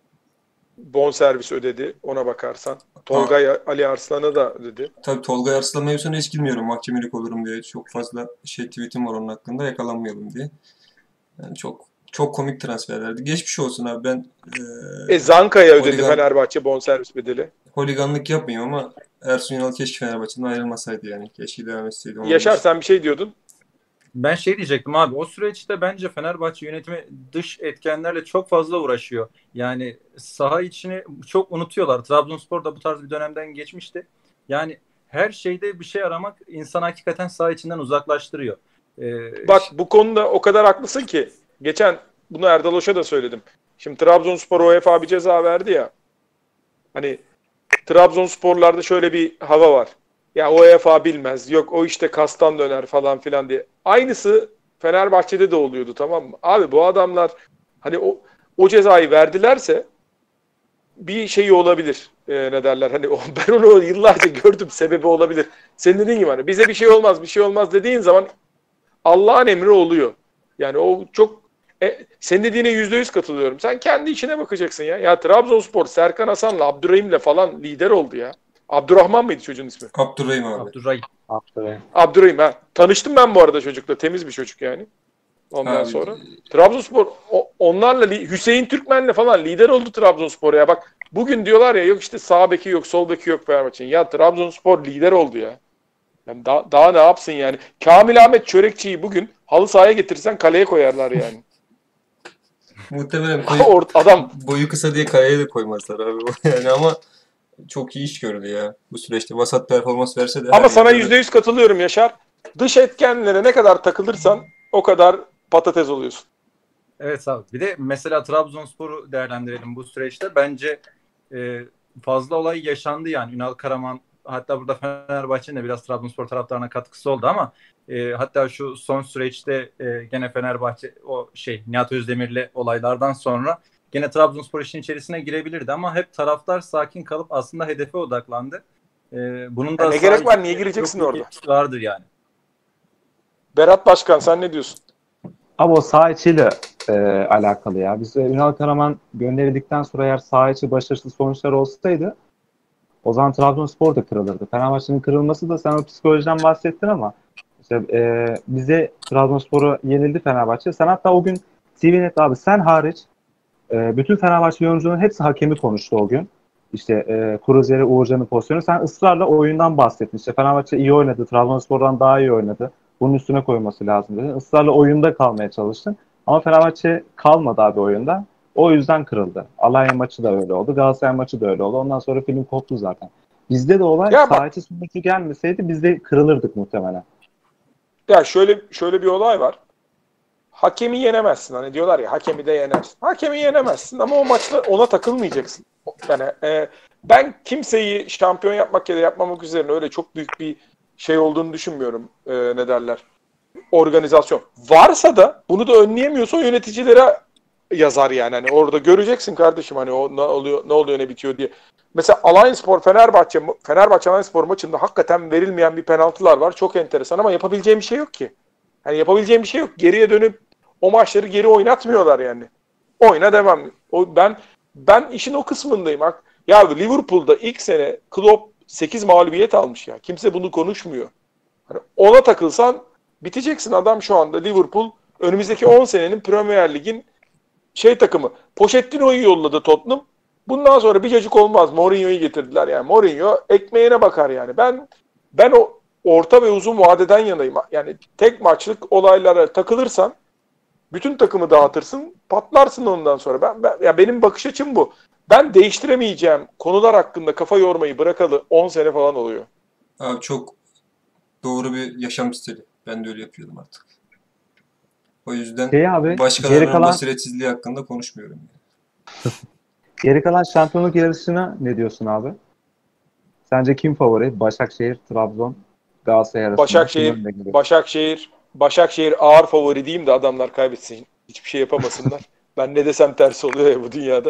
bonservis ödedi ona bakarsan. Tolga Ali Arslan'a da ödedi. Tabii Tolga Arslan mevzusuna hiç girmiyorum. Mahkemelik olurum diye. Çok fazla tweetim var onun hakkında. Yakalanmayalım diye. Yani çok komik transferlerdi. Geçmiş olsun abi ben... Zanka'ya ödedi Fenerbahçe bonservis bedeli. Holiganlık yapmayayım ama Ersun Yanal keşke Fenerbahçe'den ayrılmasaydı yani. Keşke devam etseydi. Yaşar sen bir şey diyordun. Ben şey diyecektim abi. O süreçte bence Fenerbahçe yönetimi dış etkenlerle çok fazla uğraşıyor. Yani saha içini çok unutuyorlar. Trabzonspor da bu tarz bir dönemden geçmişti. Yani her şeyde bir şey aramak insan hakikaten saha içinden uzaklaştırıyor. Bak bu konuda o kadar haklısın ki. Geçen bunu Erdal Hoş'a da söyledim. Şimdi Trabzonspor UEFA bir ceza verdi ya. Hani Trabzonsporlarda şöyle bir hava var. Ya UEFA bilmez. Yok o işte kastan döner falan filan diye. Aynısı Fenerbahçe'de de oluyordu tamam mı? Abi bu adamlar hani o cezayı verdilerse bir şey olabilir. Ne derler? Hani ben onu yıllarca gördüm sebebi olabilir. Senin dediğin gibi hani bize bir şey olmaz dediğin zaman Allah'ın emri oluyor. Yani o çok senin dediğine %100 katılıyorum. Sen kendi içine bakacaksın ya. Ya Trabzonspor Serkan Hasan'la Abdurrahim'le falan lider oldu ya. Abdurrahman mıydı çocuğun ismi? Abdurrahim abi. Abdurrahim ha. Tanıştım ben bu arada çocukla. Temiz bir çocuk yani. Ondan sonra. Trabzonspor onlarla Hüseyin Türkmen'le falan lider oldu Trabzonspor ya. Bak bugün diyorlar ya yok işte sağ beki yok sol beki yok Fenerbahçe'nin. Ya Trabzonspor lider oldu ya. Yani daha ne yapsın yani. Kamil Ahmet Çörekçi'yi bugün halı sahaya getirsen kaleye koyarlar yani. Muhtemelen adam boyu kısa diye kaleye de koymazlar abi. Yani ama çok iyi iş gördü ya bu süreçte. Vasat performans verse de. Ama sana %100 katılıyorum Yaşar. Dış etkenlere ne kadar takılırsan o kadar patates oluyorsun. Evet abi. Bir de mesela Trabzonspor'u değerlendirelim bu süreçte. Bence fazla olay yaşandı yani. Ünal Karaman hatta burada Fenerbahçe'nin de biraz Trabzonspor taraftarına katkısı oldu ama hatta şu son süreçte gene Fenerbahçe Nihat Özdemir'le olaylardan sonra gene Trabzonspor işin içerisine girebilirdi ama hep taraftar sakin kalıp aslında hedefe odaklandı. Bunun da ne gerek var? Niye gireceksin orada? Vardır yani. Berat Başkan sen ne diyorsun? Ama o saha içiyle alakalı ya. Biz Ünal Karaman gönderildikten sonra eğer saha içi başarısız sonuçlar olsaydı o zaman Trabzonspor da kırılırdı. Fenerbahçe'nin kırılması da sen o psikolojiden bahsettin ama işte, bize Trabzonspor'u yenildi Fenerbahçe. Sen hatta o gün TVNet abi sen hariç bütün Fenerbahçe yorumcuların hepsi hakemi konuştu o gün. İşte Kruzer'i, Uğurcan'ın pozisyonu. Sen ısrarla oyundan bahsettin. İşte Fenerbahçe iyi oynadı. Trabzonspor'dan daha iyi oynadı. Bunun üstüne koyması lazım dedin. Israrla oyunda kalmaya çalıştın. Ama Fenerbahçe kalmadı abi oyunda. O yüzden kırıldı. Alanya maçı da öyle oldu. Galatasaray maçı da öyle oldu. Ondan sonra film koptu zaten. Bizde de olay Ya bak, saha içi sonucu gelmeseydi biz de kırılırdık muhtemelen. ya şöyle bir olay var. Hakemi yenemezsin. Hani diyorlar ya, hakemi de yenersin. Hakemi yenemezsin ama o maçta ona takılmayacaksın. Yani ben kimseyi şampiyon yapmak ya da yapmamak üzerine öyle çok büyük bir şey olduğunu düşünmüyorum. Ne derler? Organizasyon. Varsa da bunu da önleyemiyorsa o yöneticilere yazar yani. Hani orada göreceksin kardeşim, hani o ne oluyor ne bitiyor diye. Mesela Alanyaspor Fenerbahçe Alanyaspor maçında hakikaten verilmeyen bir penaltılar var. Çok enteresan ama yapabileceğim bir şey yok ki. Hani yapabileceğim bir şey yok. Geriye dönüp o maçları geri oynatmıyorlar yani. Oyna devam. Ben işin o kısmındayım. Ya Liverpool'da ilk sene Klopp 8 mağlubiyet almış ya. Kimse bunu konuşmuyor. Hani ona takılsan biteceksin. Adam şu anda Liverpool önümüzdeki 10 senenin Premier Lig'in takımı. Pochettino'yu yolladı Tottenham. Bundan sonra bir cacık olmaz. Mourinho'yu getirdiler yani. Mourinho ekmeğine bakar yani. Ben o orta ve uzun vadeden yanayım. Yani tek maçlık olaylara takılırsan bütün takımı dağıtırsın, patlarsın ondan sonra. Ya benim bakış açım bu. Ben değiştiremeyeceğim konular hakkında kafa yormayı bırakalı 10 sene falan oluyor. Abi çok doğru bir yaşam stili. Ben de öyle yapıyordum artık. O yüzden Abi, başkalarının basiretsizliği hakkında konuşmuyorum. Geri kalan şampiyonluk yarışına ne diyorsun abi? Sence kim favori? Başakşehir, Trabzon, Galatasaray arasında. Başakşehir ağır favori diyeyim de adamlar kaybetsin. Hiçbir şey yapamasınlar. Ben ne desem tersi oluyor ya bu dünyada.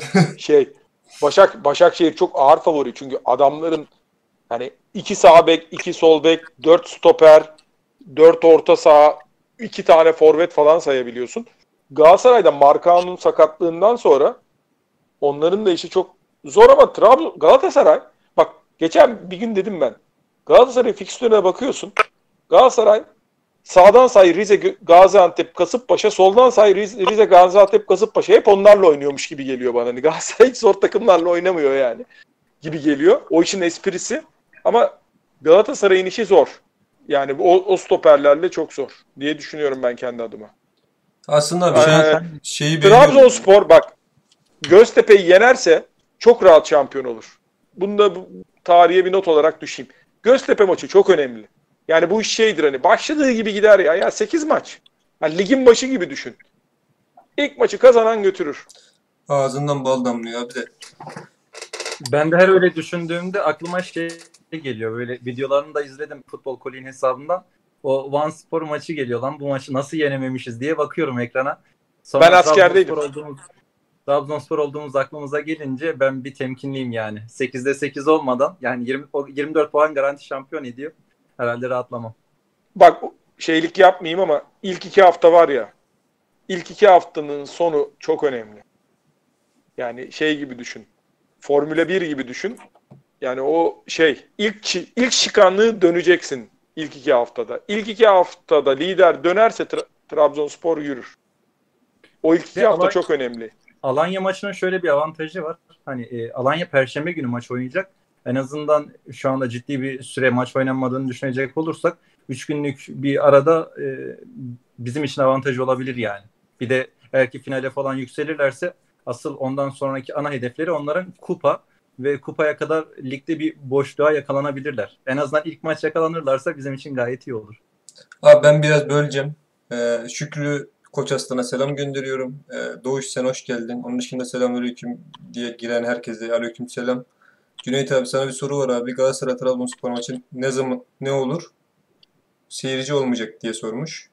Başakşehir çok ağır favori. Çünkü adamların hani 2 sağ bek, 2 sol bek, 4 stoper, 4 orta saha, 2 tane forvet falan sayabiliyorsun. Galatasaray'da Markao'nun sakatlığından sonra onların da işi çok zor ama Galatasaray, bak geçen bir gün dedim ben. Galatasaray fikstürüne bakıyorsun. Galatasaray sağdan say Rize, Gaziantep, Kasımpaşa, soldan say Rize, Gaziantep, Kasımpaşa, hep onlarla oynuyormuş gibi geliyor bana. Hani Galatasaray hiç zor takımlarla oynamıyor yani gibi geliyor. O işin esprisi. Ama Galatasaray'ın işi zor. Yani o stoperlerle çok zor diye düşünüyorum ben kendi adıma. Aslında bir şeyi Trabzonspor bak, Göztepe'yi yenerse çok rahat şampiyon olur. Bunu da tarihe bir not olarak düşeyim. Göztepe maçı çok önemli. Yani bu iş hani başladığı gibi gider ya. Ya 8 maç. Yani ligin başı gibi düşün. İlk maçı kazanan götürür. Ağzından bal damlıyor abi de. Ben de her öyle düşündüğümde aklıma geliyor. Böyle videolarını da izledim Futbol Koli'nin hesabından. O Vanspor maçı geliyor lan. Bu maçı nasıl yenememişiz diye bakıyorum ekrana. Sonra ben askerdeydim. Trabzonspor olduğumuz aklımıza gelince ben bir temkinliyim yani. 8'de 8 olmadan yani 24 puan garanti şampiyon ediyor. Herhalde rahatlamam. Bak şeylik yapmayayım ama ilk 2 hafta var ya. İlk 2 haftanın sonu çok önemli. Yani gibi düşün. Formula 1 gibi düşün. Yani o ilk şikanlığı döneceksin ilk 2 haftada. İlk 2 haftada lider dönerse Trabzonspor yürür. O ilk 2 hafta çok önemli. Alanya maçının şöyle bir avantajı var. Hani Alanya Perşembe günü maç oynayacak. En azından şu anda ciddi bir süre maç oynanmadığını düşünecek olursak 3 günlük bir arada bizim için avantajı olabilir yani. Bir de eğer ki finale falan yükselirlerse asıl ondan sonraki ana hedefleri onların kupa ve kupaya kadar ligde bir boşluğa yakalanabilirler. En azından ilk maç yakalanırlarsa bizim için gayet iyi olur. Abi ben biraz böleceğim. Şükrü Koç Aslan'a selam gönderiyorum. Doğuş sen hoş geldin. Onun dışında selamünaleyküm diye giren herkese aleykümselam. Cüneyt abi sana bir soru var abi. Galatasaray Trabzonspor maçı ne olur? Seyirci olmayacak diye sormuş.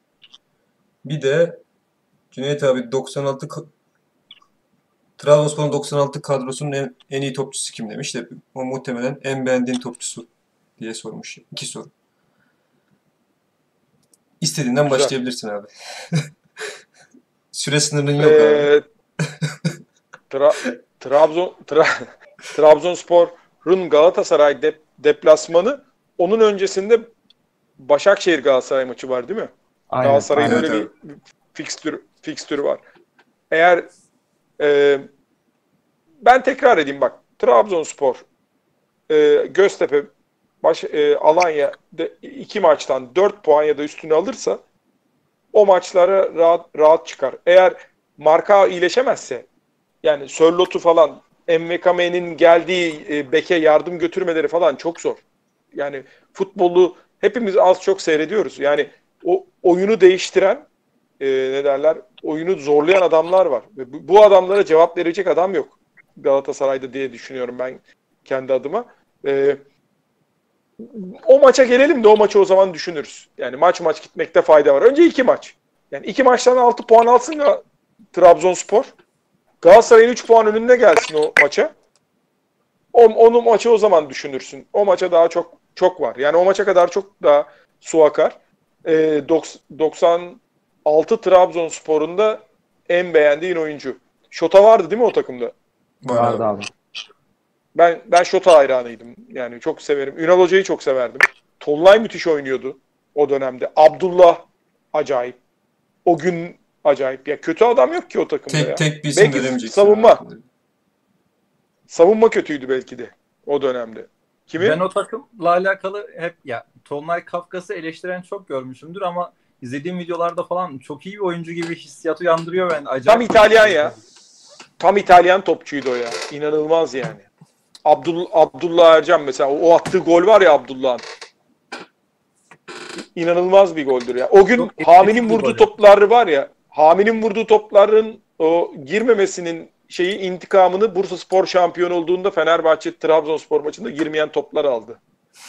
Bir de Cüneyt abi Trabzonspor'un 96 kadrosunun en iyi topçusu kim demiş de o muhtemelen en beğendiğin topçusu diye sormuş. 2 soru. İstediğinden başlayabilirsin abi. Süre sınırının yok abi. Trabzonspor'un Galatasaray deplasmanı, onun öncesinde Başakşehir Galatasaray maçı var değil mi? Aynen, Galatasaray'ın öyle bir fikstürü var. Eğer ben tekrar edeyim bak. Trabzonspor, Göztepe, Alanya 2 maçtan 4 puan ya da üstünü alırsa o maçlara rahat çıkar. Eğer Marka iyileşemezse, yani Sörlot'u falan Envekame'nin geldiği beke yardım götürmeleri falan çok zor. Yani futbolu hepimiz az çok seyrediyoruz. Yani o oyunu değiştiren ne derler? Oyunu zorlayan adamlar var. Ve bu adamlara cevap verecek adam yok Galatasaray'da diye düşünüyorum ben kendi adıma. O maça gelelim de o maçı o zaman düşünürüz. Yani maç gitmekte fayda var. Önce 2 maç. Yani 2 maçtan 6 puan alsın ya Trabzonspor. Galatasaray'ın 3 puan önünde gelsin o maça. Onu maçı o zaman düşünürsün. O maça daha çok var. Yani o maça kadar çok daha su akar. 96 Trabzonspor'un da en beğendiğin oyuncu. Şota vardı değil mi o takımda? Vardı abi. Ben Şota hayranıydım. Yani çok severim. Ünal Hoca'yı çok severdim. Tolunay müthiş oynuyordu o dönemde. Abdullah acayip. O gün acayip. Ya kötü adam yok ki o takımda ya. Tek bir isim Belki veremeyeceksin. savunma kötüydü belki de o dönemde. Kimin? Ben o takımla alakalı hep ya Tolunay Kafkas'ı eleştiren çok görmüşümdür ama izlediğim videolarda falan çok iyi bir oyuncu gibi hissiyat uyandırıyor ben. Acayip Tam İtalyan ya. Tam İtalyan topçuydu o ya. İnanılmaz yani. Abdullah Ercan mesela o attığı gol var ya Abdullah'ın. İnanılmaz bir goldür ya. O gün Hami'nin vurduğu topları var ya. Hami'nin vurduğu topların o girmemesinin intikamını Bursaspor şampiyon olduğunda Fenerbahçe Trabzonspor maçında girmeyen toplar aldı.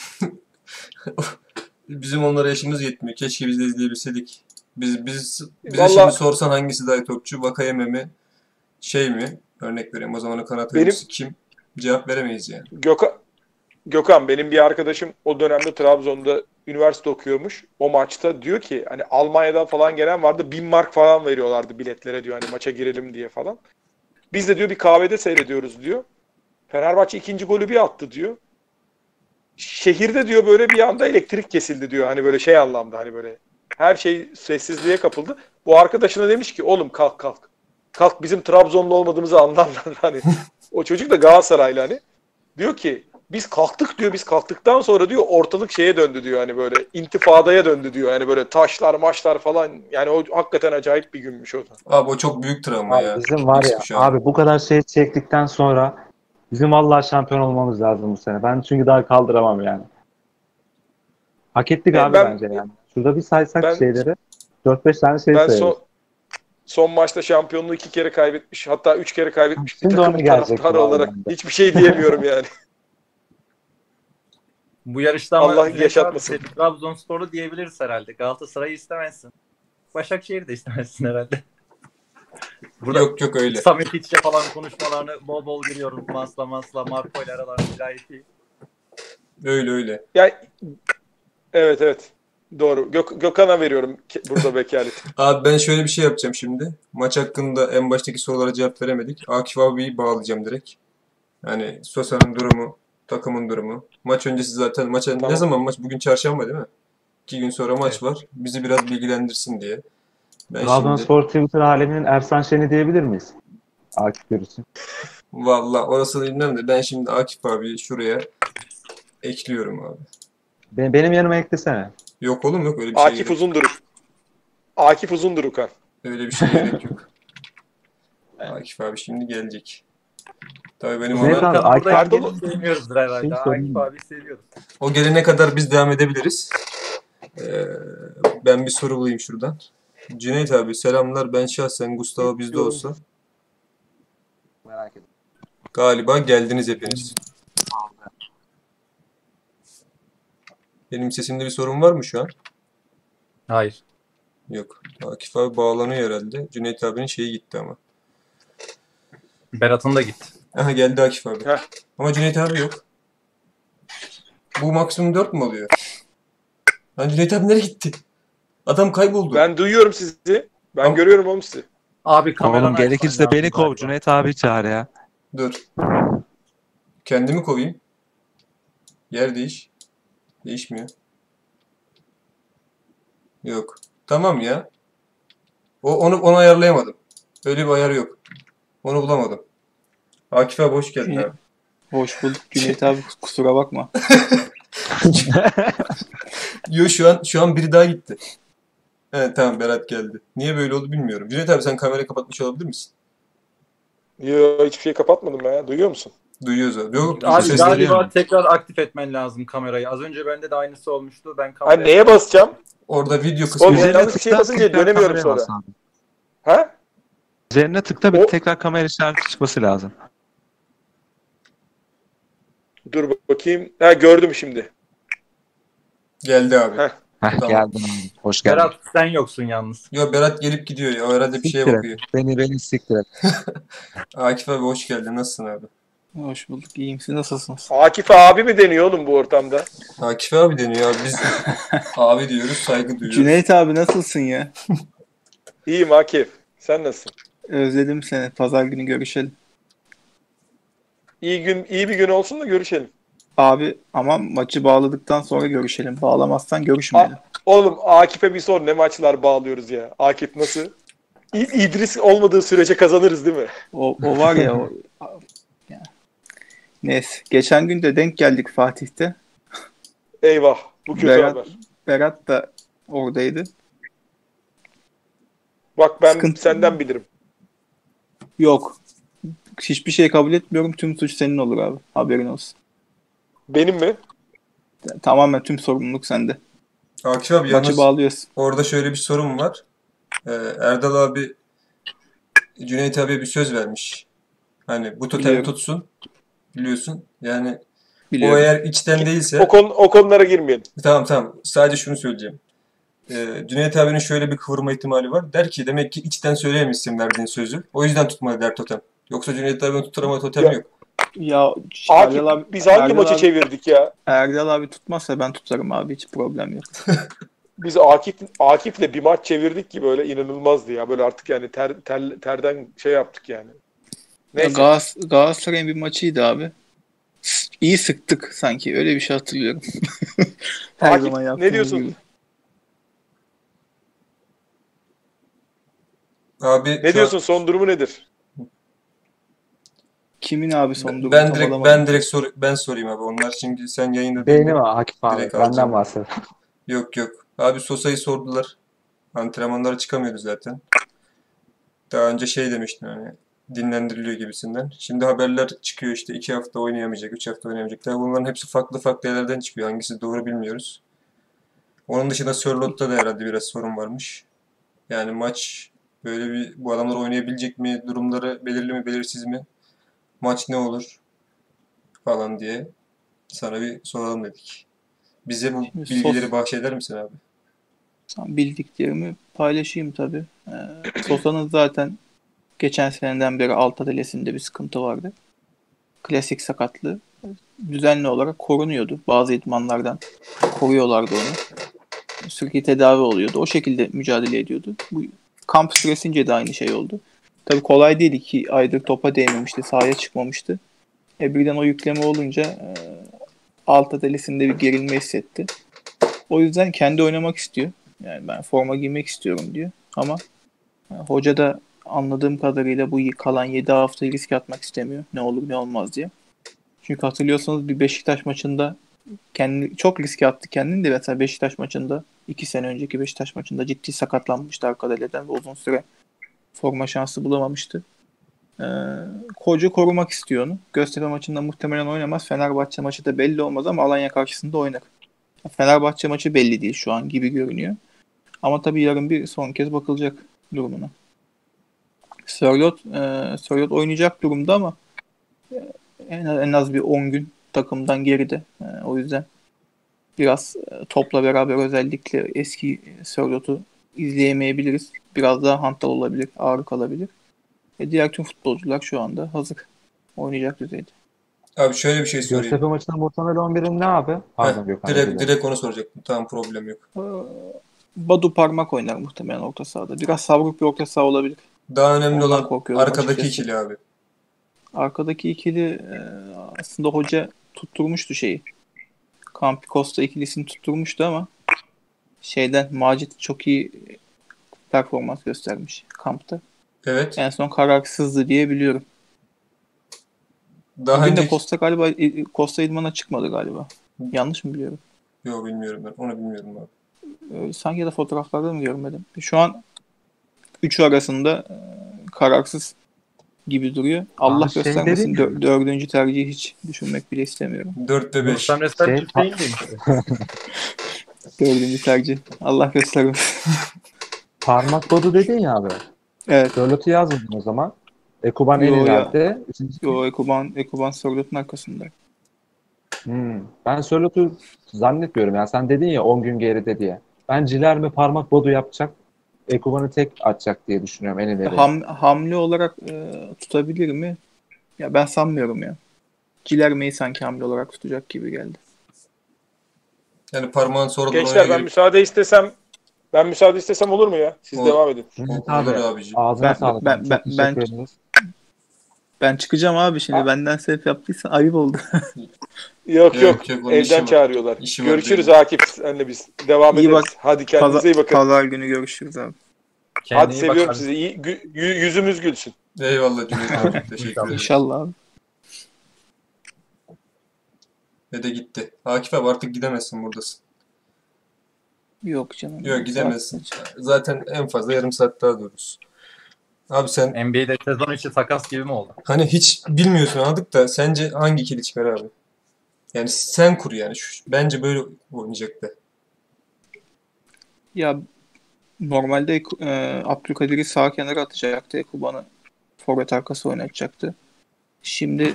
Bizim onlara yaşımız yetmiyor. Keşke biz de izleyebilseydik. Bize Vallahi, şimdi sorsan hangisi daha iyi topçu? Vakayeme mi? Mi? Örnek vereyim. O zamanın kanat oyuncusu kim? Cevap veremeyiz yani. Gökhan benim bir arkadaşım o dönemde Trabzon'da üniversite okuyormuş. O maçta diyor ki hani Almanya'dan falan gelen vardı 1000 mark falan veriyorlardı biletlere diyor hani maça girelim diye falan. Biz de diyor bir kahvede seyrediyoruz diyor. Fenerbahçe ikinci golü bir attı diyor. Şehirde diyor böyle bir anda elektrik kesildi diyor. Hani böyle anlamda hani böyle her şey sessizliğe kapıldı. Bu arkadaşına demiş ki oğlum kalk. Kalk bizim Trabzonlu olmadığımızı anlarlar hani. O çocuk da Galatasaraylı hani. Diyor ki biz kalktık diyor. Biz kalktıktan sonra diyor ortalık döndü diyor. Hani böyle intifadaya döndü diyor. Hani böyle taşlar maçlar falan. Yani o hakikaten acayip bir günmüş o da. Abi o çok büyük travma abi ya. Bizim var ya abi bu kadar şey çektikten sonra bizim vallahi şampiyon olmamız lazım bu sene. Ben çünkü daha kaldıramam yani. Hak ettik abi bence yani. Şurada bir saysak şeyleri 4-5 tane sayarız. Son maçta şampiyonluğu 2 kere kaybetmiş. Hatta 3 kere kaybetmiş Şimdi bir takım taraftarı olarak hiçbir şey diyemiyorum yani. Bu yarışta Allah yaşatmasın. Trabzonspor'u diyebiliriz herhalde. Galatasaray'ı istemezsin. Başakşehir'i de istemezsin herhalde. Burada yok öyle. Samet İççe falan konuşmalarını bol görüyorum. Masla Marco ile aralarında gayet iyi. Öyle. Ya evet. Doğru. Gökhan'a veriyorum burada vekalet. Abi ben şöyle bir şey yapacağım şimdi. Maç hakkında en baştaki sorulara cevap veremedik. Akif abiyi bağlayacağım direkt. Yani Sosa'nın durumu, takımın durumu. Maç öncesi zaten tamam. Ne zaman maç? Bugün çarşamba değil mi? 2 gün sonra maç var. Bizi biraz bilgilendirsin diye. Trabzonspor Twitter aleminin Ersan Şen'i diyebilir miyiz? Akif görürsün. Valla orasını bilmem de ben şimdi Akif abi şuraya ekliyorum abi. Benim yanıma eklesene. Yok oğlum yok öyle bir şey. Akif Uzunduruk. Öyle bir şey gerek yok. Akif abi şimdi gelecek. Tabii benim ona... Akif sevmiyoruzdur herhalde. Akif abi seviyoruz. O gelene kadar biz devam edebiliriz. Ben bir soru bulayım şuradan. Cüneyt abi selamlar. Ben şahsen Gustavo bizde olsa. Merak ettim. Galiba geldiniz hepiniz. Benim sesimde bir sorun var mı şu an? Hayır. Yok. Akif abi bağlanıyor herhalde. Cüneyt abinin şeyi gitti ama. Berat'ın da gitti. Aha geldi Akif abi. Ama Cüneyt abi yok. Bu maksimum 4 mu oluyor? Lan Cüneyt abi nereye gitti? Adam kayboldu. Ben duyuyorum sizi. Ben görüyorum oğlum sizi. Abi oğlum gerekirse beni kov. Cüneyt abi çağır ya. Dur. Kendimi kovayım. Yer değiş. Değişmiyor. Yok. Tamam ya. Onu ayarlayamadım. Öyle bir ayar yok. Onu bulamadım. Akif abi hoş geldin abi. Hoş bulduk Cüneyt abi, kusura bakma. Yo şu an biri daha gitti. Evet tamam Berat geldi. Niye böyle oldu bilmiyorum. Cüneyt abi sen kamerayı kapatmış olabilir misin? Yo, hiçbir şey kapatmadım ya. Duyuyor musun? Duyuyoruz abi. Yok, Abi ses galiba geliyor mu? tekrar aktif etmen lazım kamerayı. Az önce bende de aynısı olmuştu. Ben Ha, kamerayı... neye basacağım? Orada video kısmı Oğlum var. yanlış bir şey basınca tekrar dönemiyorum kameraya sonra. bas abi. Ha? Üzerine tıkla bir O- tekrar kamera işareti çıkması lazım. Dur bakayım. Ha, gördüm şimdi. Geldi abi. Heh. Heh, Tamam. geldin abi. Hoş geldin. Berat sen yoksun yalnız. Yo, Berat gelip gidiyor ya. O herhalde bir şeye Siktir et. bakıyor. Beni siktir et. Akif abi hoş geldin. Nasılsın abi? Hoş bulduk. İyiyim. Siz nasılsınız? Akif abi mi deniyor oğlum bu ortamda? Akif abi deniyor abi. Biz abi diyoruz, saygı duyuyoruz. Cüneyt abi nasılsın ya? İyiyim Akif. Sen nasılsın? Özledim seni. Pazar günü görüşelim. İyi bir gün olsun da görüşelim. Abi ama maçı bağladıktan sonra görüşelim. Bağlamazsan görüşmeyelim. Oğlum Akif'e bir sor, ne maçlar bağlıyoruz ya. Akif nasıl? İdris olmadığı sürece kazanırız değil mi? O var ya o. Ya. Neyse. Geçen gün de denk geldik Fatih'te. Eyvah. Bu kötü Berat, haber. Berat da oradaydı. Bak ben Sıkıntı- senden bilirim. Yok. Hiçbir şey kabul etmiyorum. Tüm suç senin olur abi. Haberin olsun. Benim mi? Tamamen tüm sorumluluk sende. Akif abi Maçı yalnız bağlıyorsun. orada şöyle bir sorun var. Erdal abi Cüneyt abiye bir söz vermiş. Hani bu totemi Biliyorum. tutsun. Biliyorsun. Yani o Biliyorum. eğer içten değilse O konulara girmeyelim. tamam. Sadece şunu söyleyeceğim. Cüneyt abinin şöyle bir kıvırma ihtimali var. Der ki demek ki içten söyleyemişsin verdiğin sözü. O yüzden tutmadı der totem. Yoksa Cüneyt abinin tutturamadığı totem Ya- yok. Ya Akif, Erdal abi, biz hangi Erdal maçı abi- çevirdik ya? Erdal abi tutmazsa ben tutarım abi. Hiç problem yok. Biz Akif'le bir maç çevirdik ki böyle inanılmazdı ya. Böyle artık yani terden şey yaptık yani. Neyse. Galatasaray'ın bir maçıydı abi. İyi sıktık sanki. Öyle bir şey hatırlıyorum. Her Akif, zaman ne yaptığımız diyorsun? gibi. Abi Ne şu diyorsun? Son durumu nedir? Kimin abi son durumu ben tam direkt alamadım. ben sorayım abi. Onlar çünkü sen yayında Beğeni değildin. var Akif abi. Direkt Benden alacağım. bahset. Yok. Abi Sosa'yı sordular. Antrenmanlara çıkamıyordu zaten. Daha önce şey demiştin hani dinlendiriliyor gibisinden. Şimdi haberler çıkıyor işte 2 hafta oynayamayacak, 3 hafta oynayamayacak. Tabii bunların hepsi farklı yerlerden çıkıyor. Hangisi doğru bilmiyoruz. Onun dışında Sörlot'ta da herhalde biraz sorun varmış. Yani maç böyle bir bu adamlar oynayabilecek mi? Durumları belirli mi, belirsiz mi? Maç ne olur? Falan diye sana bir soralım dedik. Bize bu Şimdi bilgileri bahşeder misin abi? Bildiklerimi paylaşayım tabii. Sosa'nın zaten geçen seneden beri alt adalesinde bir sıkıntı vardı. Klasik sakatlığı. Düzenli olarak korunuyordu. Bazı idmanlardan koruyorlardı onu. Sürekli tedavi oluyordu. O şekilde mücadele ediyordu. Bu kamp süresince de aynı şey oldu. Tabii kolay değil. 2 aydır topa değmemişti. Sahaya çıkmamıştı. Birden o yükleme olunca alt adalesinde bir gerilme hissetti. O yüzden kendi oynamak istiyor. Yani ben forma giymek istiyorum diyor. Ama hoca da anladığım kadarıyla bu kalan 7 haftayı riske atmak istemiyor. Ne olur ne olmaz diye. Çünkü hatırlıyorsanız bir Beşiktaş maçında çok riske attı kendini de, mesela Beşiktaş maçında 2 sene önceki Beşiktaş maçında ciddi sakatlanmıştı arka deleden ve uzun süre forma şansı bulamamıştı. Hoca korumak istiyor onu. Göztepe maçında muhtemelen oynamaz. Fenerbahçe maçı da belli olmaz ama Alanya karşısında oynar. Fenerbahçe maçı belli değil şu an gibi görünüyor. Ama tabii yarın bir son kez bakılacak durumuna. Sörloth oynayacak durumda ama en az bir 10 gün takımdan geride. O yüzden biraz topla beraber özellikle eski Sörloth'u izleyemeyebiliriz. Biraz daha hantal olabilir, ağır kalabilir. Diğer tüm futbolcular şu anda hazır. Oynayacak düzeyde. Abi şöyle bir şey sorayım. Göztepe maçında muhtemel 11'in ne abi? Pardon Gökhan. özür dilerim. Direkt onu soracaktım. Tamam, problem yok. Badu Parmak oynar muhtemelen orta sahada. Biraz savruk bir orta saha olabilir. Daha önemli Ondan olan korkuyorum arkadaki açıkçası. ikili abi. Arkadaki ikili aslında hoca tutturmuştu şeyi. Campi Costa ikilisini tutturmuştu ama Macit çok iyi performans göstermiş kampta. Evet. En son kararsızdı diye biliyorum. Daha Bugün önce de Costa idmana çıkmadı galiba. Yanlış mı biliyorum? Yok, bilmiyorum ben. Onu bilmiyorum abi. Sanki de fotoğraflarda mı görmedim. Şu an üçü arasında kararsız gibi duruyor. Allah Abi şey göstermesin. dedin ya. Dördüncü tercihi hiç düşünmek bile istemiyorum. 4 ve 5. Muhtemelen Hüseyin Şey- demişti. Dördüncü tercih. Allah göstermesin. Parmak bodu dedin ya abi. Evet. Sörlot'u yazmadın o zaman. Ekuban en Yo ya. ileride. Üçüncü. Yo Ekuban Sörlot'un arkasında. Ben Sörlot'u zannetmiyorum. Yani sen dedin ya 10 gün geride diye. Ben Cilerme parmak bodu yapacak. Ekuban'ı tek atacak diye düşünüyorum en ileri. Hamle olarak tutabilir mi? Ya ben sanmıyorum ya. Cilerme'yi sanki hamle olarak tutacak gibi geldi. Yani parmağın sonradan oyuna Gençler ben girip müsaade istesem olur mu ya? Siz Olur. devam edin. Abi, olur abicim. ağzına Ben- sağlık. ben- Çok ben- teşekkür ederiz. Ben çıkacağım abi şimdi. Benden sebep yaptıysan ayıp oldu. Yok yok. onun işi Evden var. çağırıyorlar. İşi var Görüşürüz benim. Akif. Senle biz. Devam İyi ederiz. bak. Hadi kendinize iyi bakın. Pazar günü görüşürüz abi. Hadi Kendine iyi seviyorum bak. sizi. Yüzümüz gülsün. Eyvallah Cüneyt abi. Teşekkür ederim. İnşallah abi. Ve de gitti. Akif abi artık gidemezsin, buradasın. Yok canım. Yok, gidemezsin. Zaten en fazla yarım saat daha dururuz. Abi sen NBA'de sezon içi takas gibi mi oldu? hani hiç bilmiyorsun, anladık da sence hangi ikili çıkar abi? Yani sen kur yani. Bence böyle oynayacaktı. Ya normalde Abdülkadir'i sağ kenara atacaktı. Ekuban'ı forvet arkası oynatacaktı. Şimdi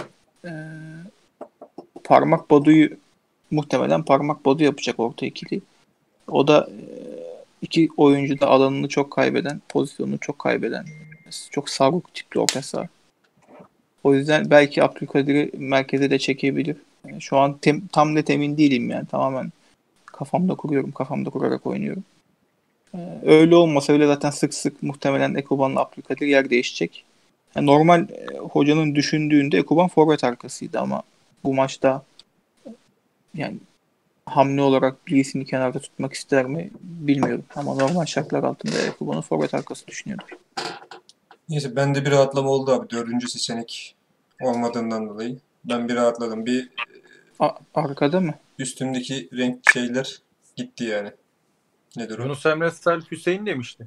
muhtemelen parmak bodu yapacak orta ikili. O da iki oyuncu da alanını çok kaybeden, pozisyonunu çok kaybeden, çok savruk tipli orta saha. O yüzden belki Abdülkadir'i merkeze de çekebilir. Yani şu an tam net emin değilim yani. Tamamen kafamda kuruyorum, kafamda kurarak oynuyorum. Öyle olmasa bile zaten sık sık muhtemelen Ekuban'la Abdülkadir yer değişecek. Yani normal hocanın düşündüğünde Ekuban forvet arkasıydı ama bu maçta yani hamle olarak birisini kenarda tutmak ister mi bilmiyorum. Ama normal şartlar altında Ekuban'ı forvet arkası düşünüyordur. Neyse, bende bir rahatlama oldu abi. 4. seçenek olmadığından dolayı. Ben bir rahatladım. Bir Arkada mı? üstümdeki renk şeyler gitti yani. Nedir o? Yunus Emre Sel Hüseyin demişti.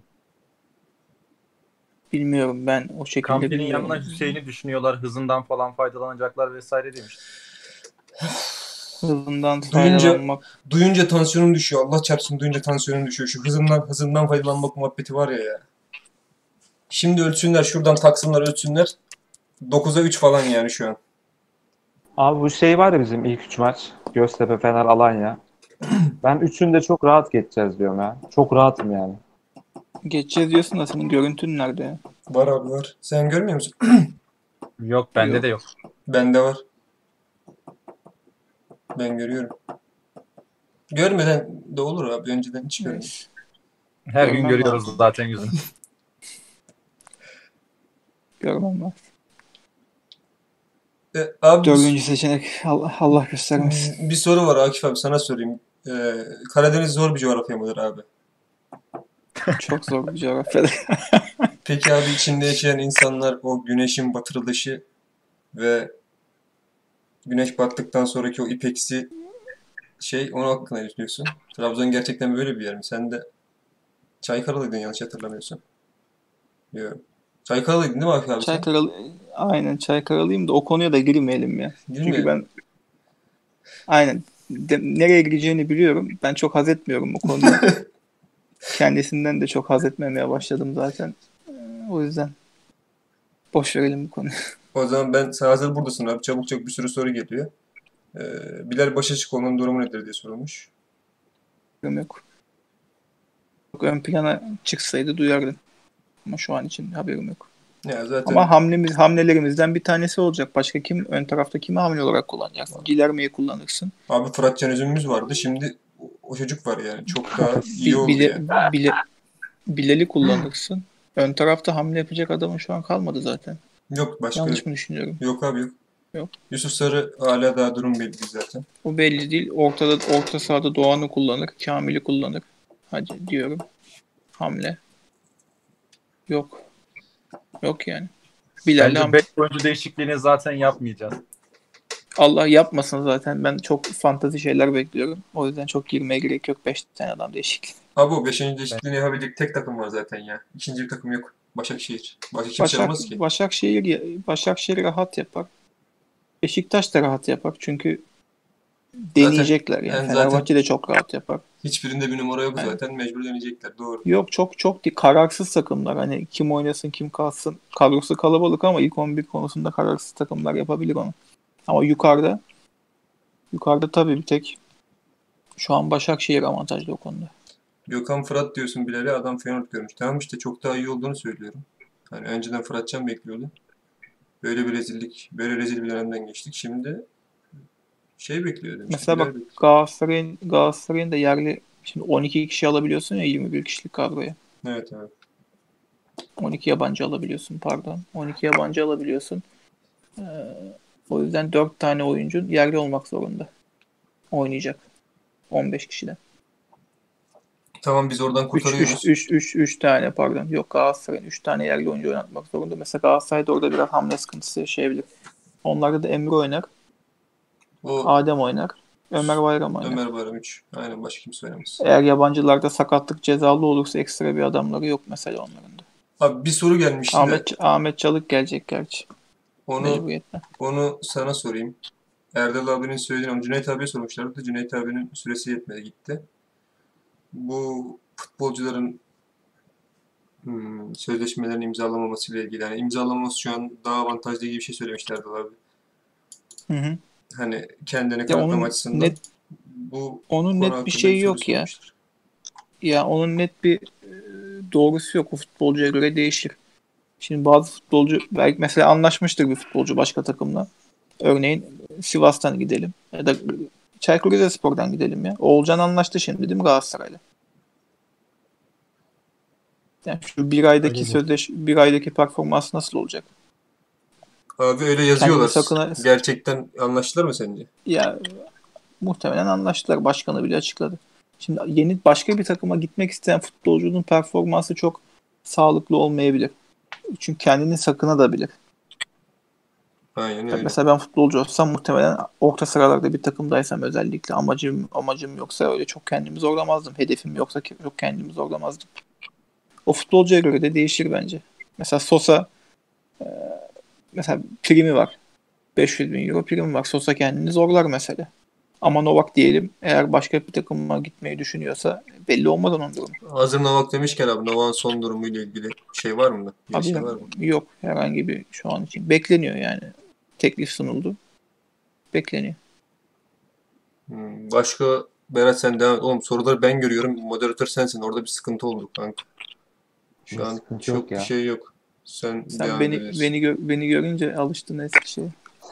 Bilmiyorum, ben o şekilde Kampi'nin bilmiyorum. yanına Hüseyin'i düşünüyorlar. Hızından falan faydalanacaklar vesaire demişti. Hızından faydalanmak. Duyunca tansiyonum düşüyor. Allah çarpsın, duyunca tansiyonum düşüyor. Şu hızından faydalanmak muhabbeti var ya. Şimdi ölçsünler, şuradan taksınlar, ölçsünler. 9'a 3 falan yani şu an. Abi bu şey var ya, bizim ilk 3 maç. Göztepe, Fener, Alanya. Ben üçünü de çok rahat geçeceğiz diyorum ya. Çok rahatım yani. Geçeceğiz diyorsun da senin görüntün nerede ya? Var abi, var. Sen görmüyor musun? Yok, bende Yok. de yok. Bende var. Ben görüyorum. Görmeden de olur abi. Önceden hiç görmedim. Her gün Görmem görüyoruz lazım. zaten yüzünü. Görmem var. Abi Dördüncü seçenek Allah göstermesin. bir soru var Akif abi, sana sorayım. Karadeniz zor bir coğrafya mıdır abi? Çok zor bir coğrafyada. Peki abi, içinde yaşayan insanlar, o güneşin batırılışı ve güneş battıktan sonraki o ipeksi onun hakkında ne düşünüyorsun? Trabzon gerçekten böyle bir yer mi? Sen de Çaykaralıydın yanlış hatırlamıyorsun. Yok. Çaykaralıydın değil mi Akif abi sen? Aynen Çaykaralıyım da o konuya da girmeyelim ya. Değil Çünkü mi? ben aynen nereye gireceğini biliyorum. Ben çok haz etmiyorum bu konuda. Kendisinden de çok haz etmemeye başladım zaten. O yüzden boş verelim bu konuyu. O zaman sen hazır buradasın abi. Çabuk bir sürü soru geliyor. Bilal Başaçık olmanın durumu nedir diye sorulmuş. Yok. Çok ön plana çıksaydı duyardım. Ama şu an için haberim yok. Ya zaten Ama hamlelerimizden bir tanesi olacak. Başka kim ön tarafta kimi hamle olarak kullanacaksın? Cilerme'yi kullanırsın. abi Fırat Can Üzümümüz vardı. Şimdi o çocuk var yani. Çok daha iyi oldu yani. Bilal'i kullanırsın. Ön tarafta hamle yapacak adamın şu an kalmadı zaten. Yok başka. Yanlış mı düşünüyorum? Yok abi yok. Yok. Yusuf Sarı hala daha durum belli değil zaten. O belli değil. Orta sahada Doğan'ı kullanır. Kamil'i kullanır. Hadi diyorum. Hamle. Yok. Yok yani. Bilal'le Bence 5 oyuncu değişikliğini zaten yapmayacağız. Allah yapmasın zaten. Ben çok fantazi şeyler bekliyorum. O yüzden çok girmeye gerek yok. 5 tane adam değişikliği. Abi o 5. değişikliğini yapabilecek tek takım var zaten ya. İkinci bir takım yok. Başakşehir. Başka kimse yapamaz ki. Başakşehir rahat yapar. Beşiktaş da rahat yapar. Çünkü deneyecekler yani. yani Fenerbahçe de çok rahat yapar. Hiçbirinde bir numara yok Evet. zaten. Mecbur deneyecekler. Doğru. Yok çok değil. Kararsız takımlar. Hani kim oynasın kim kalsın. Kadrosu kalabalık ama ilk 11 konusunda kararsız takımlar yapabilir onu. Ama yukarıda tabii bir tek şu an Başakşehir avantajlı o konuda. Gökhan Fırat diyorsun Bilal'e, adam Feyenoord görmüş. Tamam işte, çok daha iyi olduğunu söylüyorum. Hani önceden Fıratcan bekliyordu. Böyle bir rezillik, böyle rezil bir dönemden geçtik. Şimdi şey bekliyor demiş. Mesela bak Galatasaray'ın da yerli şimdi 12 kişi alabiliyorsun ya 21 kişilik kadroya. Evet. 12 yabancı alabiliyorsun pardon. 12 yabancı alabiliyorsun. O yüzden 4 tane oyuncun yerli olmak zorunda. Oynayacak. 15 kişiden. Tamam, biz oradan kurtarıyoruz. 3 tane pardon. Yok, Galatasaray'ın 3 tane yerli oyuncu oynatmak zorunda. Mesela Galatasaray'da orada biraz hamle sıkıntısı yaşayabilir. Onlarda da Emre oynar. Adem oynar. Ömer Bayram oynar. Ömer Bayram 3. Aynen, başka kimse oynamaz. Eğer yabancılarda sakatlık cezalı olursa ekstra bir adamları yok mesela onların da. Abi bir soru gelmişti Ahmet Çalık gelecek gerçi. Onu sana sorayım. Erdal abinin söylediğini Cüneyt abiye sormuşlardı da Cüneyt abinin süresi yetmedi, gitti. Bu futbolcuların sözleşmelerini imzalamaması ile ilgili. Yani imzalamaması şu an daha avantajlı gibi bir şey söylemişlerdi abi. Hı. Hani kendini kanıtlama açısından. Onun net bir şey yok ya. Ya onun net bir doğrusu yok. O futbolcuya göre değişir. Şimdi bazı futbolcu belki mesela anlaşmıştır bir futbolcu başka takımla. Örneğin Sivas'tan gidelim. Ya da Çaykur Rizespor'dan gidelim ya. Oğulcan anlaştı şimdi değil mi Galatasaray'la? Yani şu bir aydaki performans nasıl olacak? Abi öyle yazıyorlar. Gerçekten anlaştılar mı sence? Ya muhtemelen anlaştılar. Başkanı bile açıkladı. Şimdi yeni başka bir takıma gitmek isteyen futbolcunun performansı çok sağlıklı olmayabilir. Çünkü kendini sakınabilir. Aynen öyle. Mesela ben futbolcu olsam muhtemelen orta sıralarda bir takımdaysam özellikle amacım yoksa öyle çok kendimi zorlamazdım. Hedefim yoksa çok kendimi zorlamazdım. O futbolcuya göre de değişir bence. Mesela Sosa mesela primi var. 500.000 euro primi var. Sosa kendini zorlar mesela. Ama Novak diyelim eğer başka bir takıma gitmeyi düşünüyorsa belli olmaz onun durumu. Hazır Novak demişken abi, Novak'ın son durumuyla ilgili şey var mı? Abi, var mı? Yok. Herhangi bir şu an için. Bekleniyor yani. Teklif sunuldu. Bekleniyor. Başka Berat sen devam et. Oğlum soruları ben görüyorum. Moderatör sensin. Orada bir sıkıntı oldu kanka. Şu an çok bir şey yok. Sen beni görünce alıştın eski şeye.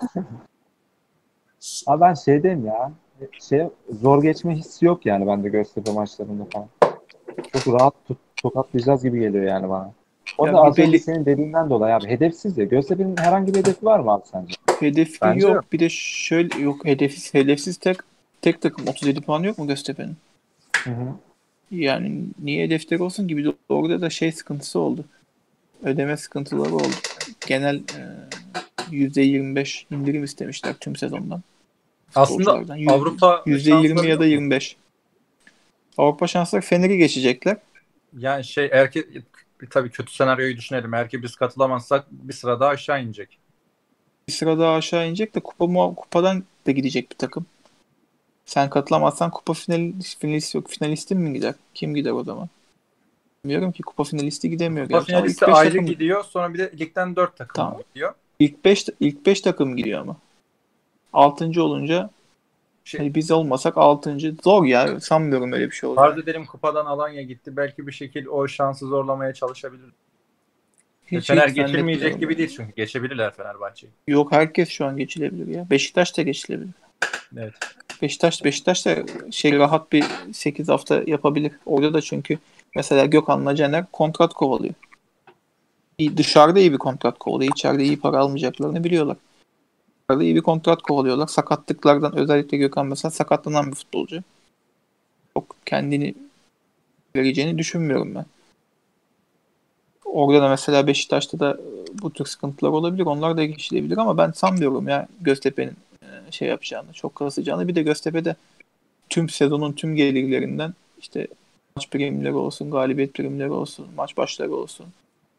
Abi ben şeydeyim ya. Zor geçme hissi yok yani bende Göztepe maçlarında falan. Çok rahat tokatlayacağız gibi geliyor yani bana. O da az önce senin dediğinden dolayı abi. Hedefsiz ya. Göztepe'nin herhangi bir hedefi var mı abi sence? Hedefi bence yok. Bir de şöyle yok. Hedefsiz tek takım 37 puan yok mu Göztepe'nin? Hı. Yani niye hedefleri olsun gibi, orada da sıkıntısı oldu. Ödeme sıkıntıları oldu. Genel %25 indirim istemişler tüm sezondan. Aslında Avrupa %20 ya da 25. Avrupa şansları Fener'i geçecekler. Yani eğer ki tabii kötü senaryoyu düşünelim. Eğer ki biz katılamazsak bir sıra daha aşağı inecek. Bir sıra daha aşağı inecek de kupadan da gidecek bir takım. Sen katılamazsan kupa finalisti yok. Finalistin mi gider? Kim gider o zaman? Bilmiyorum ki, kupa finalisti gidemiyor. Kupa finalisti ayrı gidiyor. Sonra bir de ligden 4 takım gidiyor. İlk 5 takım gidiyor ama. 6. olunca biz olmasak 6. zor ya. Sanmıyorum öyle bir şey olacak. Farz edelim kupadan Alanya gitti. Belki bir şekilde o şansı zorlamaya çalışabilir. Fener geçilmeyecek gibi değil çünkü. Geçebilirler Fenerbahçe'yi. Yok, herkes şu an geçilebilir ya. Beşiktaş da geçilebilir. Evet. Beşiktaş da rahat bir 8 hafta yapabilir. Orada da çünkü mesela Gökhan'la Caner kontrat kovalıyor. Dışarıda iyi bir kontrat kovalıyor. İçeride iyi para almayacaklarını biliyorlar. Dışarıda iyi bir kontrat kovalıyorlar. Sakatlıklardan özellikle Gökhan mesela sakatlanan bir futbolcu. Çok kendini vereceğini düşünmüyorum ben. Orada da mesela Beşiktaş'ta da bu tür sıkıntılar olabilir. Onlar da geçilebilir ama ben sanmıyorum ya Göztepe'nin yapacağını, çok kasacağını. Bir de Göztepe'de tüm sezonun tüm gelirlerinden maç primleri olsun, galibiyet primleri olsun, maç başları olsun.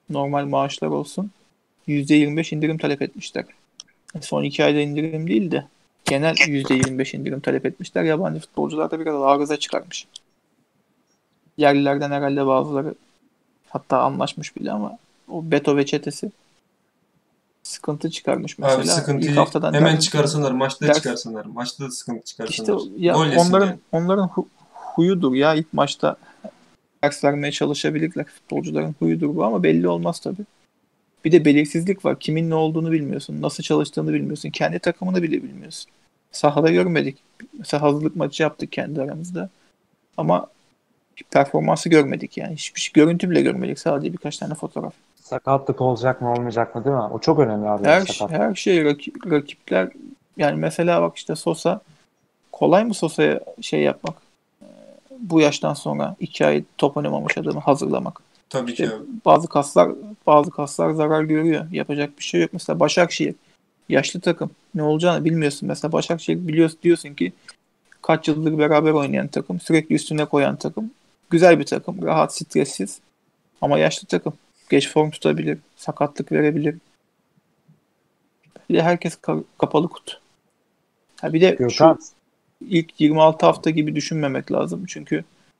normal maaşlar olsun %25 indirim talep etmişler. Son 2 ayda indirim değil de genel %25 indirim talep etmişler. Yabancı futbolcular da biraz arıza çıkarmış. Yerlilerden herhalde bazıları hatta anlaşmış bile ama o Beto ve çetesi sıkıntı çıkarmış mesela. Abi İlk sıkıntıyı haftadan hemen çıkarsınlar. Maçta ders- çıkarsınlar. Maçta da sıkıntı İşte çıkarsınlar. ya Gol yesinler. onların huyudur ya ilk maçta ders vermeye çalışabilirler. Futbolcuların huyudur bu ama belli olmaz tabii. Bir de belirsizlik var. Kimin ne olduğunu bilmiyorsun. Nasıl çalıştığını bilmiyorsun. Kendi takımını bile bilmiyorsun. Sahada görmedik. Mesela hazırlık maçı yaptık kendi aramızda. Ama performansı görmedik yani. Hiçbir şey, görüntü bile görmedik. Sadece birkaç tane fotoğraf. Sakatlık olacak mı olmayacak mı değil mi? O çok önemli abi. Her şey rakipler yani mesela bak işte Sosa kolay mı Sosa'ya şey yapmak? Bu yaştan sonra 2 ay top oynamamış adamı hazırlamak. Tabii İşte ki abi. bazı kaslar zarar görüyor. Yapacak bir şey yok. Mesela Başakşehir yaşlı takım. Ne olacağını bilmiyorsun. Mesela Başakşehir diyorsun ki kaç yıldır beraber oynayan takım, sürekli üstüne koyan takım. Güzel bir takım, rahat, stressiz ama yaşlı takım. Geç form tutabilir, sakatlık verebilir. Bir de herkes kapalı kutu. Ha bir de Gökhan. şu ilk 26 hafta gibi düşünmemek lazım. Çünkü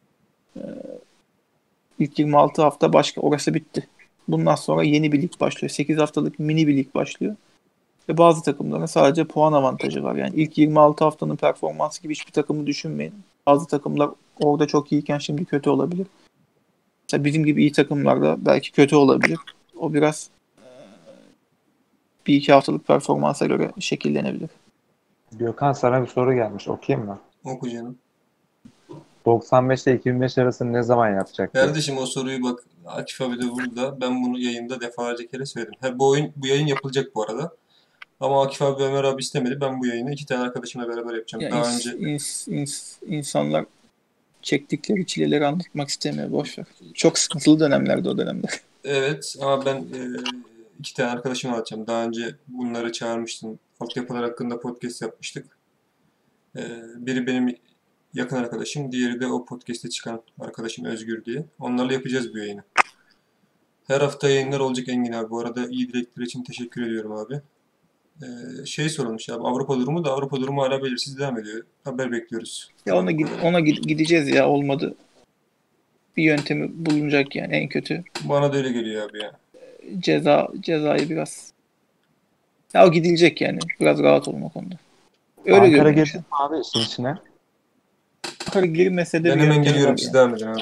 ilk 26 hafta başka. Orası bitti. Bundan sonra yeni bir lig başlıyor. 8 haftalık mini bir lig başlıyor. Ve bazı takımların sadece puan avantajı var. Yani ilk 26 haftanın performansı gibi hiçbir takımı düşünmeyin. Bazı takımlar orada çok iyiyken şimdi kötü olabilir. Mesela bizim gibi iyi takımlarda belki kötü olabilir. O biraz bir iki haftalık performansa göre şekillenebilir. Gökhan sana bir soru gelmiş. Okuyayım mı? Oku canım. 95 ile 2005 arasını ne zaman yapacak diye. Kardeşim o soruyu bak Akif abi de burada. Ben bunu yayında defalarca kere söyledim. Bu yayın yapılacak bu arada. Ama Akif abi ve Ömer abi istemedi. Ben bu yayını 2 tane arkadaşımla beraber yapacağım. Ya Daha önce insanlar çektikleri çileleri anlatmak istemiyor. Boş ver. Çok sıkıntılı dönemlerdi o dönemler. evet ama ben 2 tane arkadaşımla anlatacağım. Daha önce bunları çağırmıştım. Altyapılar hakkında podcast yapmıştık. Biri benim yakın arkadaşım. Diğeri de o podcast'te çıkan arkadaşım Özgür diye. Onlarla yapacağız bu yayını. Her hafta yayınlar olacak Engin abi. Bu arada iyi dilekler için teşekkür ediyorum abi. Sorulmuş abi. Avrupa durumu hala belirsiz devam ediyor. Haber bekliyoruz. Ya ona gideceğiz ya olmadı. Bir yöntemi bulunacak yani en kötü. Bana da öyle geliyor abi ya. Cezayı biraz. Ya o gidilecek yani. Biraz rahat olun o konuda. Öyle Ankara görünüyor girdi şu mi an. abi işin içine? Ankara girmese de Ben bir hemen yöntemi geliyorum. var Siz yani. devam edin abi.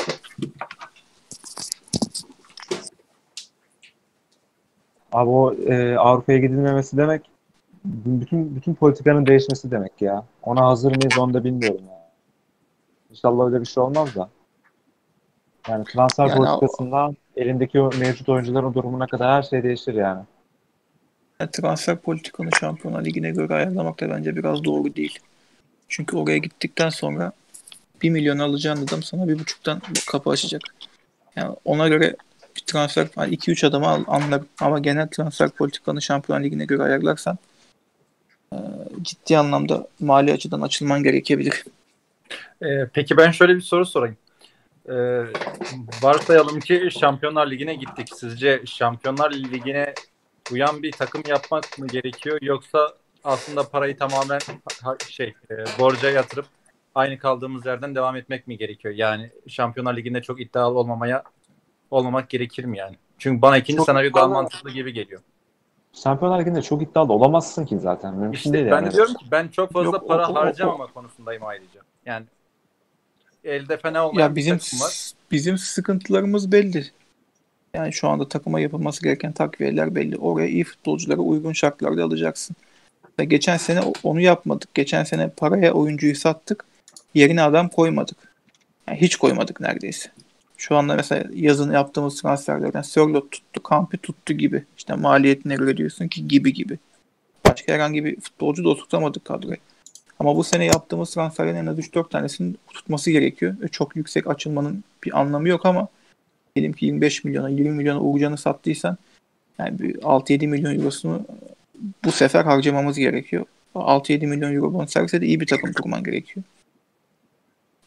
Abi o Avrupa'ya gidilmemesi demek bütün politikanın değişmesi demek ya. Ona hazır mıyız onu da bilmiyorum ya. İnşallah öyle bir şey olmaz da. Yani transfer Yani politikasından elindeki o mevcut oyuncuların durumuna kadar her şey değişir yani. transfer politikanı Şampiyonlar Ligi'ne göre ayarlamak da bence biraz doğru değil. Çünkü oraya gittikten sonra 1 milyon alacağın adam sana 1,5'tan kapı açacak. Yani ona göre bir transfer 2-3 adamı anlar ama genel transfer politikanı Şampiyonlar Ligi'ne göre ayarlarsan ciddi anlamda mali açıdan açılman gerekebilir. Peki ben şöyle bir soru sorayım. Varsayalım ki Şampiyonlar Ligi'ne gittik. Sizce Şampiyonlar Ligi'ne uyan bir takım yapmak mı gerekiyor yoksa aslında parayı tamamen borca yatırıp aynı kaldığımız yerden devam etmek mi gerekiyor? Yani Şampiyonlar Ligi'nde çok iddialı olmamak gerekir mi yani? Çünkü bana ikinci senaryo daha mantıklı gibi geliyor. Şampiyonlar Ligi'nde çok iddialı olamazsın ki zaten. Mümkün İşte değil ben yani. de diyorum ki ben çok fazla Yok, para harcamama konusundayım ayrıca. Yani elde fena olmayan Ya bir takım var. bizim sıkıntılarımız belli. Yani şu anda takıma yapılması gereken takviyeler belli. Oraya iyi futbolcuları uygun şartlarda alacaksın. Ve geçen sene onu yapmadık. Geçen sene paraya oyuncuyu sattık. Yerine adam koymadık. Yani hiç koymadık neredeyse. Şu anda mesela yazın yaptığımız transferlerden Sörloth tuttu, Kampi tuttu gibi. İşte maliyetine göre diyorsun ki gibi. Başka herhangi bir futbolcu da oturtamadık kadroya. Ama bu sene yaptığımız transferlerin en az 3-4 tanesinin tutması gerekiyor. Çok yüksek açılmanın bir anlamı yok ama diyelim ki 25 milyona, 20 milyona Uğurcan'ı sattıysan yani bir 6-7 milyon eurosunu bu sefer harcamamız gerekiyor. 6-7 milyon euro bonservise de iyi bir takım kurman gerekiyor.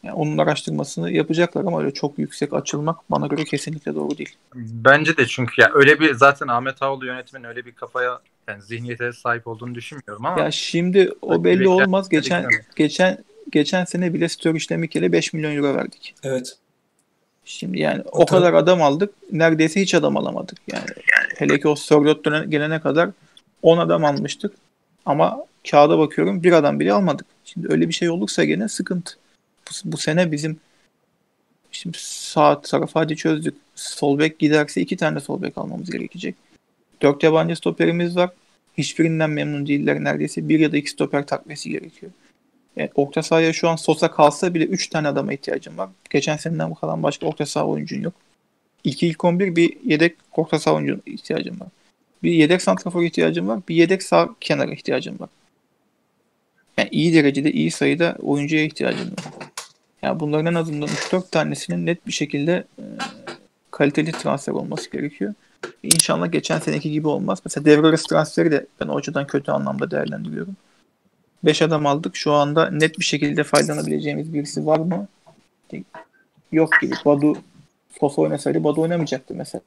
Yani onun araştırmasını yapacaklar ama öyle çok yüksek açılmak bana göre kesinlikle doğru değil. Bence de, çünkü ya öyle bir, zaten Ahmet Ağaoğlu yönetimin öyle bir kafaya, yani zihniyete sahip olduğunu düşünmüyorum ama Ya şimdi o belli bekler- olmaz. Geçen sene bile Sturridge'le Mikel'e 5 milyon euro verdik. Evet. Şimdi yani o Hatırladım. kadar adam aldık. Neredeyse hiç adam alamadık. Yani hele ki o Sörloth gelene kadar 10 adam almıştık. Ama kağıda bakıyorum bir adam bile almadık. Şimdi öyle bir şey olursa gene sıkıntı. Bu sene bizim şimdi sağ tarafı hadi çözdük. Sol bek giderse 2 tane sol bek almamız gerekecek. 4 yabancı stoperimiz var. Hiçbirinden memnun değiller neredeyse. 1 ya da 2 stoper takviyesi gerekiyor. Yani orta sahaya şu an Sosa kalsa bile 3 tane adama ihtiyacım var. Geçen seneden kalan başka orta saha oyuncun yok. İlk 11 bir yedek orta saha oyuncuna ihtiyacım var. Bir yedek santrafor ihtiyacım var. Bir yedek sağ kenara ihtiyacım var. Yani iyi derecede, iyi sayıda oyuncuya ihtiyacım var. Yani bunların en azından 3-4 tanesinin net bir şekilde kaliteli transfer olması gerekiyor. İnşallah geçen seneki gibi olmaz. Mesela devre arası transferi de ben o açıdan kötü anlamda değerlendiriyorum. 5 adam aldık. Şu anda net bir şekilde faydalanabileceğimiz birisi var mı? Yok gibi. Badu Sosa oynasaydı Badu oynamayacaktı mesela.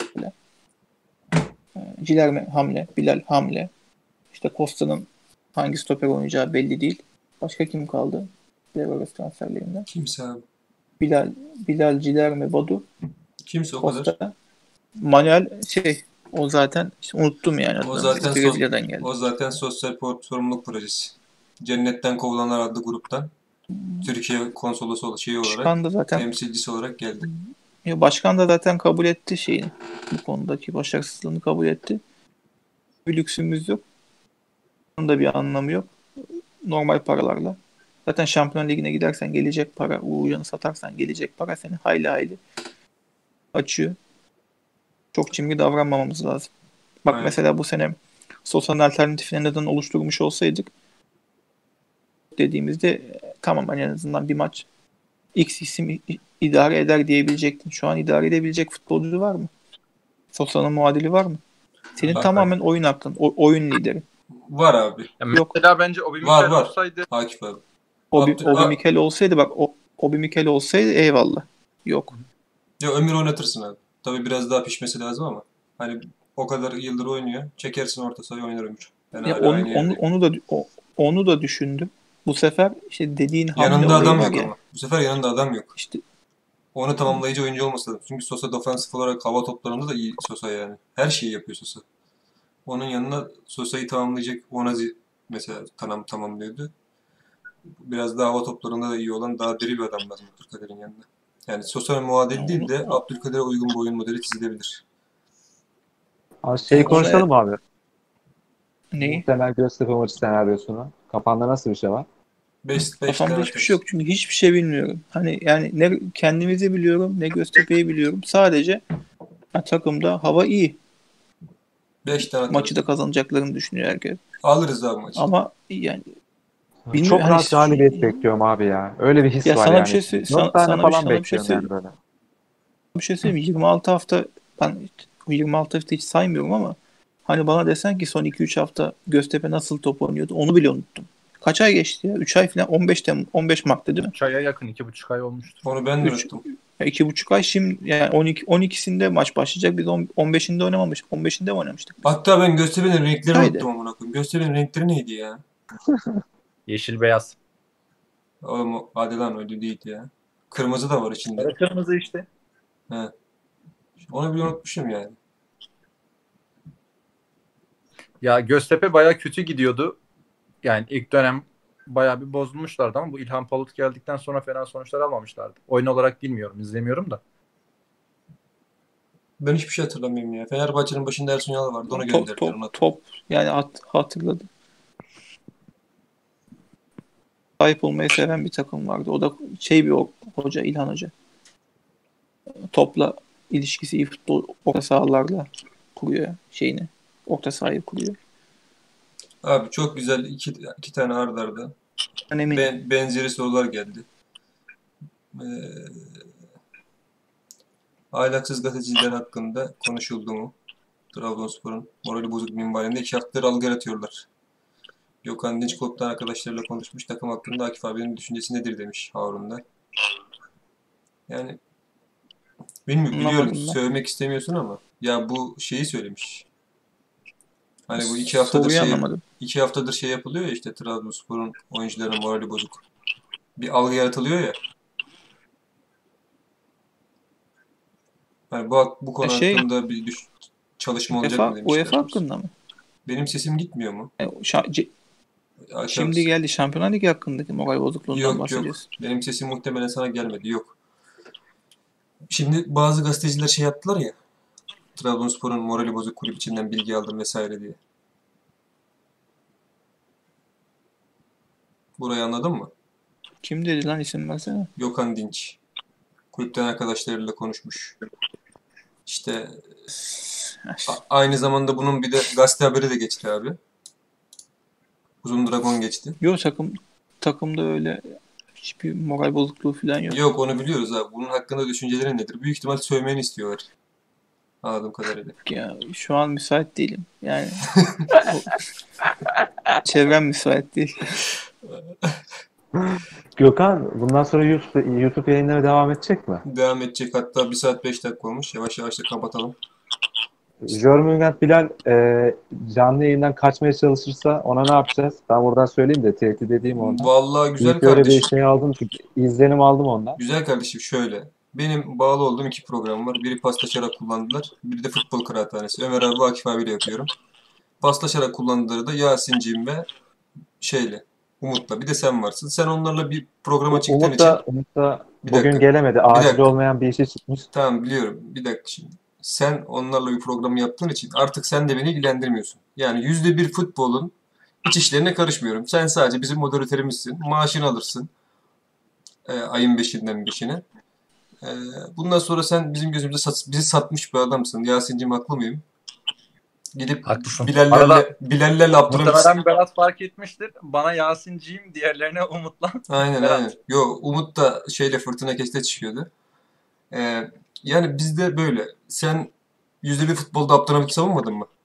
Cilerme hamle, Bilal hamle. İşte Costa'nın hangi stoper oynayacağı belli değil. Başka kim kaldı? Devre arası transferlerinden. Kimse abi. Bilal, Cilerme, Badu, Kimse o kadar. Costa. Manuel o zaten işte unuttum yani. O zaten Brezilya'dan geldi. O zaten sosyal sorumluluk projesi. Cennetten kovulanlar adlı gruptan Türkiye konsolosu olarak, Başkan da zaten temsilcisi olarak geldi. Başkan da zaten kabul etti şeyini. Bu konudaki başarısızlığını kabul etti. Bir lüksümüz yok. Bunun da bir anlamı yok. Normal paralarla. Zaten Şampiyon Ligi'ne gidersen gelecek para, Uğurcan'ı satarsan gelecek para seni hayli açıyor. Çok cimri davranmamamız lazım. Bak Aynen. mesela bu sene Sosa'nın alternatifini neden oluşturmuş olsaydık dediğimizde tamam en azından bir maç X isim idare eder diyebilecektin. Şu an idare edebilecek futbolcu var mı? Sosa'nın muadili var mı? Senin Var. tamamen oyun aklın, oyun lideri. Var abi. Yani Yok. mesela bence Obi Var, Mikel var. olsaydı Akif abi. Obi Mikel olsaydı bak Obi Mikel olsaydı eyvallah. Yok. Ya Ömür oynatırsın abi. Tabii biraz daha pişmesi lazım ama hani o kadar yıldır oynuyor. Çekersin orta sahaya oynar Ömür. Yani Ya hala aynı yerde. onu da düşündüm. Bu sefer işte dediğin hamle Yanında olayı adam var yok ya. ama. Bu sefer yanında adam yok. İşte Onu tamamlayıcı oyuncu olması lazım. Çünkü Sosa defansif olarak hava toplarında da iyi Sosa yani. Her şeyi yapıyor Sosa. Onun yanına Sosa'yı tamamlayacak Onazi mesela tamamlıyordu. Biraz daha hava toplarında da iyi olan daha diri bir adam lazım Abdülkadir'in yanında. Yani Sosa'nın muadili değil de Abdülkadir'e uygun bir oyun modeli çizilebilir. Abi konuşalım abi. neyi? Muhtemel Göztepe maçı senaryosunu. Kafanda nasıl bir şey var? 5 Kafamda hiçbir şey yok çünkü hiçbir şey bilmiyorum. Hani yani ne kendimizi biliyorum ne Göztepe'yi biliyorum. Sadece takımda hava iyi. 5 tane Maçı da kazanacaklarını düşünüyor herkes. alırız abi maçı. Ama yani bilmiyorum, Çok hani rahat galibiyet bekliyorum abi ya. Öyle bir his ya var sana yani. bir şey 4 tane sana falan bir şey bekliyorum yani böyle. bir şey söyleyeyim mi? 26 hafta ben o 26 hafta hiç saymıyorum ama hani bana desen ki son 2-3 hafta Göztepe nasıl top oynuyordu onu bile unuttum. Kaç ay geçti ya? 3 ay falan 15 Mart'ta değil mi? 3 aya yakın, 2,5 ay olmuştur. Onu ben de 3 unuttum. 2,5 ay şimdi yani 12'sinde maç başlayacak. Biz 15'inde oynamamış. 15'inde mi oynamıştık? Hatta ben Göztepe'nin renklerini Haydi. unuttum amına koyayım. Göztepe'nin renkleri neydi ya? Yeşil beyaz. Oğlum hadi lan öyle değildi ya. Kırmızı da var içinde. Evet, kırmızı işte. He. Onu bile unutmuşum yani. Ya Göztepe bayağı kötü gidiyordu. Yani ilk dönem bayağı bir bozulmuşlardı ama bu İlhan Palut geldikten sonra fena sonuçlar almamışlardı. Oyun olarak bilmiyorum, izlemiyorum da. Ben hiçbir şey hatırlamıyorum ya. Fenerbahçe'nin başında Ersun Yanal vardı. Onu gönderdiler. Top yani hatırladım. Sahip olmayı seven bir takım vardı. O da bir hoca İlhan Hoca. Topla ilişkisi iyi futbol orta sahalarla kuruyor şeyini. Orta sahayı kuruyor. Abi çok güzel iki tane arda arda. Benzeri sorular geldi. Ahlaksız gazeteciler hakkında konuşuldu mu? Trabzonspor'un morali bozuk minvalinde 2 haftadır algı yaratıyorlar. Gökhan Dinçkol'dan arkadaşlarıyla konuşmuş. Takım hakkında Akif abinin düşüncesi nedir demiş Harun da. Yani bilmiyorum, Anlamadım biliyorum ben. sövmek istemiyorsun ama ya bu şeyi söylemiş. Hani bu 2 haftadır Soruyu anlamadım. 2 haftadır şey yapılıyor ya, işte Trabzonspor'un oyuncularının morali bozuk. Bir algı yaratılıyor ya. Hani bu konu Şey hakkında bir çalışma olacak mı UEFA demişlerdir. hakkında mı? Benim sesim gitmiyor mu? Şimdi geldi Şampiyonlar Ligi hakkındaki moral bozukluğundan Yok. bahsediyorsun. Benim sesim muhtemelen sana gelmedi. Yok. Şimdi bazı gazeteciler şey yaptılar ya. Trabzonspor'un morali bozuk, kulüp içinden bilgi aldım vesaire diye. Burayı anladın mı? Kim dedi lan, isim versene. Gökhan Dinç. Kulüpten arkadaşlarıyla konuşmuş. İşte aynı zamanda bunun bir de gazete haberi de geçti abi. Uzun Dragon geçti. Yok, takımda öyle hiçbir moral bozukluğu falan yok. Yok, onu biliyoruz abi. Bunun hakkında düşüncelerin nedir? Büyük ihtimal sövmeni istiyorlar. Anladığım kadarıyla. Ya şu an müsait değilim. Yani çevrem müsait değil. Gökhan bundan sonra YouTube yayınları devam edecek mi? Devam edecek. Hatta 1 saat 5 dakika olmuş. Yavaş yavaş da kapatalım. Jörmungand Bilal canlı yayından kaçmaya çalışırsa ona ne yapacağız? Ben buradan söyleyeyim de tehdit edeyim ondan. Vallahi güzel İlk öyle bir kardeşim. şey aldım çünkü izlenim aldım ondan. Güzel kardeşim, şöyle. Benim bağlı olduğum 2 program var. Biri paslaşarak kullandılar. Biri de futbol kıraathanesi. Ömer abi ve Akif abiyle yapıyorum. Paslaşarak kullandıkları da Yasin'ciğim ve Umut'la. Bir de sen varsın. Sen onlarla bir programa çıktığın için... Umut da Bir bugün dakika. gelemedi. Bir Acil dakika. olmayan bir işe çıkmış. Tamam, biliyorum. Bir dakika şimdi. Sen onlarla bir programı yaptığın için artık sen de beni ilgilendirmiyorsun. Yani %1 futbolun iç işlerine karışmıyorum. Sen sadece bizim moderatörümüzsün. Maaşını alırsın. Ayın 5'inden 5'ine. Bundan sonra sen bizim gözümüzde bizi satmış bir adamsın. Yasin'cim, haklı mıyım? Gidip Haklısın. Bilallerle Abdülhamit... Muhtemelen Berat fark etmiştir. Bana Yasin'ciyim, diğerlerine Umut'la. Aynen Berat. aynen. Yo, Umut da Fırtına Kes'te çıkıyordu. Yani bizde böyle. Sen %1 futbolda Abdülhamit'i savunmadın mı?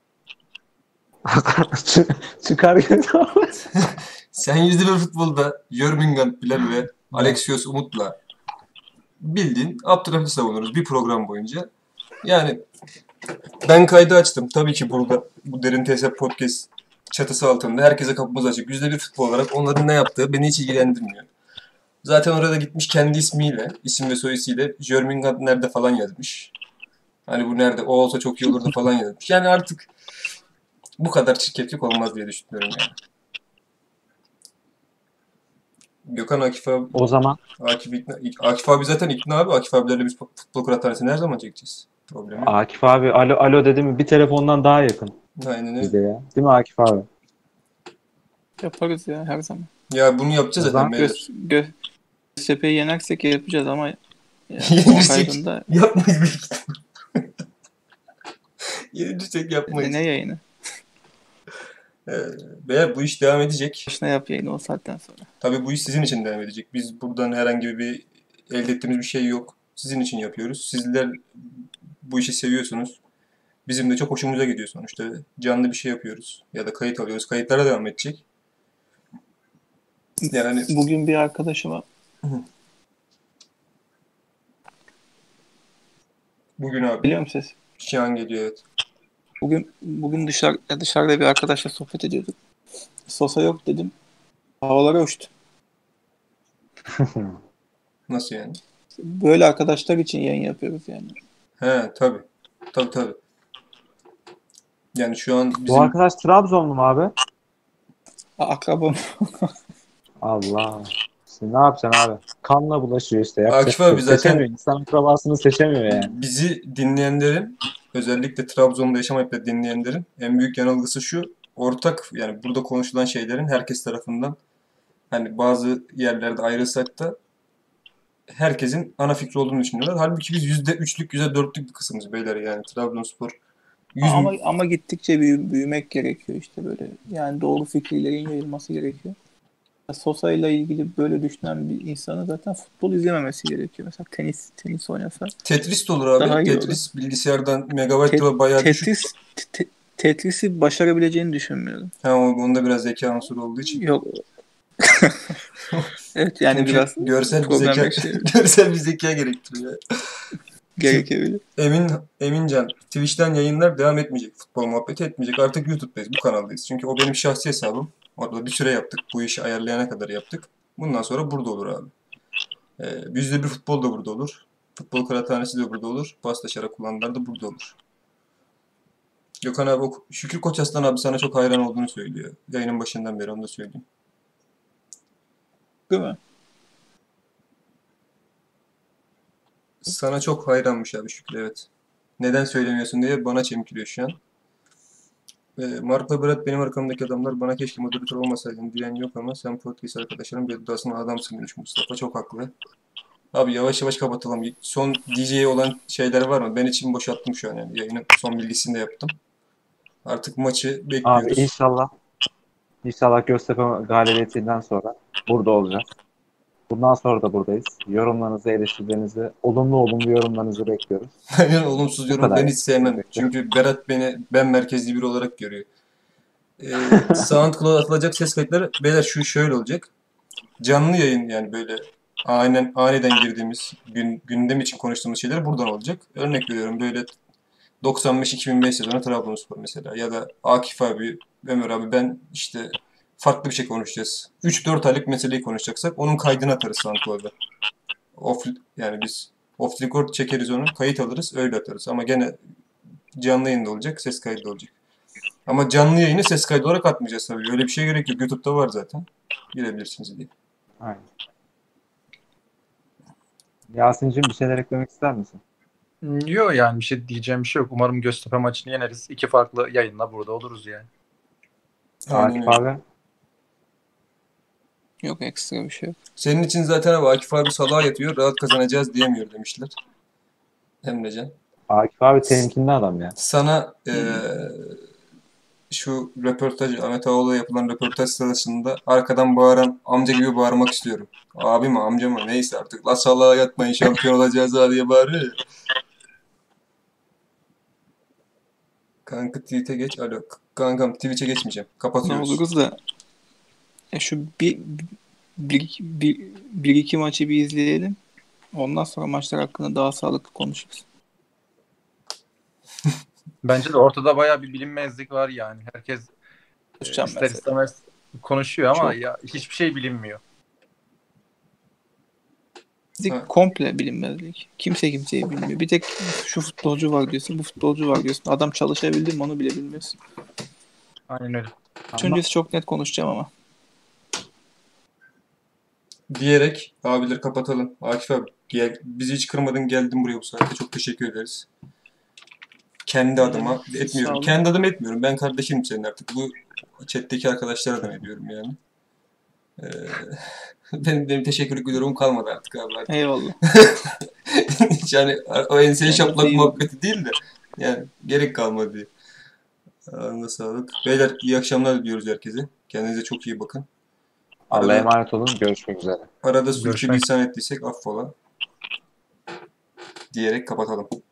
Çıkar gel. Sen %1 futbolda Jörmungand Bilal ve Alexios Umut'la bildiğin Abdülhamit'i savunuruz bir program boyunca. Yani ben kaydı açtım. Tabii ki burada bu Derin TS Podcast çatısı altında herkese kapımız açık. %1 futbol olarak onların ne yaptığı beni hiç ilgilendirmiyor. Zaten orada gitmiş kendi ismiyle, isim ve soy ismiyle Jörmungand nerede falan yazmış. Hani bu nerede, o olsa çok iyi olurdu falan yazmış. Yani artık bu kadar çirkeflik olmaz diye düşünüyorum yani. Gökhan, Akif abi. O zaman Akif abi zaten ikna abi. Akif abilerle biz futbol kıraathanesini her zaman çekeceğiz. Problem yok. Akif abi alo dedi mi bir telefondan daha yakın Aynen bize öyle. ya. Değil mi Akif abi? Yaparız ya her zaman. Ya bunu yapacağız O zaman zaten beyler. Göztepe'yi yenersek yapacağız ama ya, Yenirsek kaydında yapmayız büyük ihtimal. Yenirsek yapmayız. ne yayını? Beyler, bu iş devam edecek. Başına yap yayını o saatten sonra. Tabii bu iş sizin için devam edecek. Biz buradan herhangi bir elde ettiğimiz bir şey yok. Sizin için yapıyoruz. Sizler bu işi seviyorsunuz. Bizim de çok hoşumuza gidiyor sonuçta. Canlı bir şey yapıyoruz. Ya da kayıt alıyoruz. Kayıtlara devam edecek. Yani Bugün bir arkadaşıma bugün abi biliyor musun ses? Şihan geliyor, evet. Bugün dışarıda bir arkadaşla sohbet ediyorduk. Sosa yok dedim. Havalara uçtu. Nasıl yani? Böyle arkadaşlar için yayın yapıyoruz yani. He, tabii. Tabii. Yani şu an Bu bizim... arkadaş Trabzonlu mu abi? Akrabam. Allah. Şimdi ne yapacaksın abi? Kanla bulaşıyor işte. Akif abi zaten seçemiyor. İnsan akrabasını seçemiyor yani. bizi dinleyenlerin, özellikle Trabzon'da yaşamayıp da dinleyenlerin en büyük yanılgısı şu: ortak, yani burada konuşulan şeylerin herkes tarafından, hani bazı yerlerde ayrılsak da herkesin ana fikri olduğunu düşünüyorlar. Halbuki biz %3'lük, %4'lük bir kısmımız beyler yani. Trabzonspor 100 Ama gittikçe büyümek gerekiyor işte böyle. Yani doğru fikirlerin yayılması gerekiyor. Sosa ile ilgili böyle düşünen bir insanın zaten futbol izlememesi gerekiyor. Mesela tenis oynasa. Tetris de olur abi. Daha iyi Tetris bilgisayardan megabayt da bayağı düşük. Tetris'i başarabileceğini düşünmüyorum. Ha, onda biraz zeka unsuru olduğu için. Yok. Evet yani Çünkü biraz görsel bir problem zeka yaşıyor. görsel bir zeka gerektiriyor. Gerekebilir. Emincan, Twitch'ten yayınlar devam etmeyecek. Futbol muhabbeti etmeyecek. Artık YouTube'dayız. Bu kanaldayız. Çünkü o benim şahsi hesabım. Orada bir süre yaptık. Bu işi ayarlayana kadar yaptık. Bundan sonra burada olur abi. %1 futbol da burada olur. Futbol kıraathanesi de burada olur. Paslaşarak kullananlar da burada olur. Gökhan abi, Şükür Koçaslan abi sana çok hayran olduğunu söylüyor. Yayının başından beri onu da söyleyeyim. Değil mi? Sana çok hayranmış abi Şükür, evet. Neden söylemiyorsun diye bana çemkiriyor şu an. Mark'la Berat benim arkamdaki adamlar, bana keşke moderatör olmasaydın diyen yok ama sen podcast arkadaşlarım beddasına adamsın demiş Mustafa. Çok haklı. Abi yavaş yavaş kapatalım. Son DJ'ye olan şeyler var mı? Ben içimi boşalttım şu an yani. Yayının son bilgisini de yaptım. Artık maçı Abi bekliyoruz. inşallah Göztepe galibiyetinden sonra burada olacağız. Bundan sonra da buradayız. Yorumlarınızı, eleştirilerinizi, olumlu yorumlarınızı bekliyoruz. Yani olumsuz Bu yorum kadar ben yani. hiç sevmem. Çünkü Berat beni ben merkezli biri olarak görüyor. SoundCloud'a atılacak ses kayıtları beyler şöyle olacak. Canlı yayın yani böyle aniden girdiğimiz gündem için konuştuğumuz şeyler buradan olacak. Örnek veriyorum böyle 95-2005 sezonu Trabzonspor mesela ya da Akif abi, Ömer abi ben işte farklı bir şey konuşacağız. 3-4 aylık meseleyi konuşacaksak onun kaydını atarız SoundCloud'a. Yani biz off record çekeriz onu, kayıt alırız, öyle atarız. Ama gene canlı yayında olacak, ses kaydı da olacak. Ama canlı yayını ses kaydı olarak atmayacağız tabii. Öyle bir şey gerek yok. YouTube'da var zaten. Girebilirsiniz diye. Aynen. Yasin'cim bir şeyler eklemek ister misin? Yok yani bir şey diyeceğim bir şey yok. Umarım Göztepe maçını yeneriz. 2 farklı yayınla burada oluruz yani. Aynen Akif öyle. abi. Yok ekstra bir şey yok. Senin için zaten abi Akif abi salağa yatıyor. Rahat kazanacağız diyemiyor demişler. Emrecan. Akif abi temkinli adam ya. Sana şu röportaj, Ahmet Ağaoğlu'ya yapılan röportaj sırasında arkadan bağıran amca gibi bağırmak istiyorum. Abi mi amca mı neyse artık. La salağa yatmayın şampiyon olacağız ha diye bağırıyor ya. Kanka tweet'e geç. Alo. Kankam Twitch'e geçmeyeceğim. Ne Kapatıyoruz. oluruz da şu bir iki maçı bir izleyelim. Ondan sonra maçlar hakkında daha sağlıklı konuşuruz. Bence de ortada bayağı bir bilinmezlik var yani. Herkes Konuşacağım ister mesela. istemez konuşuyor ama Çok. ya hiçbir şey bilinmiyor. Ha. Komple bilinmezlik. Kimse kimseyi bilmiyor. Bir tek şu futbolcu var diyorsun, bu futbolcu var diyorsun. Adam çalışabildi mi onu bile bilmiyorsun. Aynen öyle. Öncesi çok net konuşacağım ama. Diyerek abileri kapatalım. Akif abi bizi hiç kırmadın geldin buraya bu saatte. Çok teşekkür ederiz. Kendi adıma Sağ etmiyorum. olun. Kendi adıma etmiyorum. Ben kardeşim senin artık. Bu chat'teki arkadaşlara da ediyorum yani. Benim teşekkürlük bir durumum kalmadı artık abi. Eyvallah. Yani o enseni Kendinize şaplak iyi bakın. muhabbeti değil de yani gerek kalmadı diye. Ağzına sağlık. Beyler iyi akşamlar diliyoruz herkese. Kendinize çok iyi bakın. Allah'a emanet olun. Görüşmek üzere. Arada Görüşmek sürçülisan ettiysek affola. Diyerek kapatalım.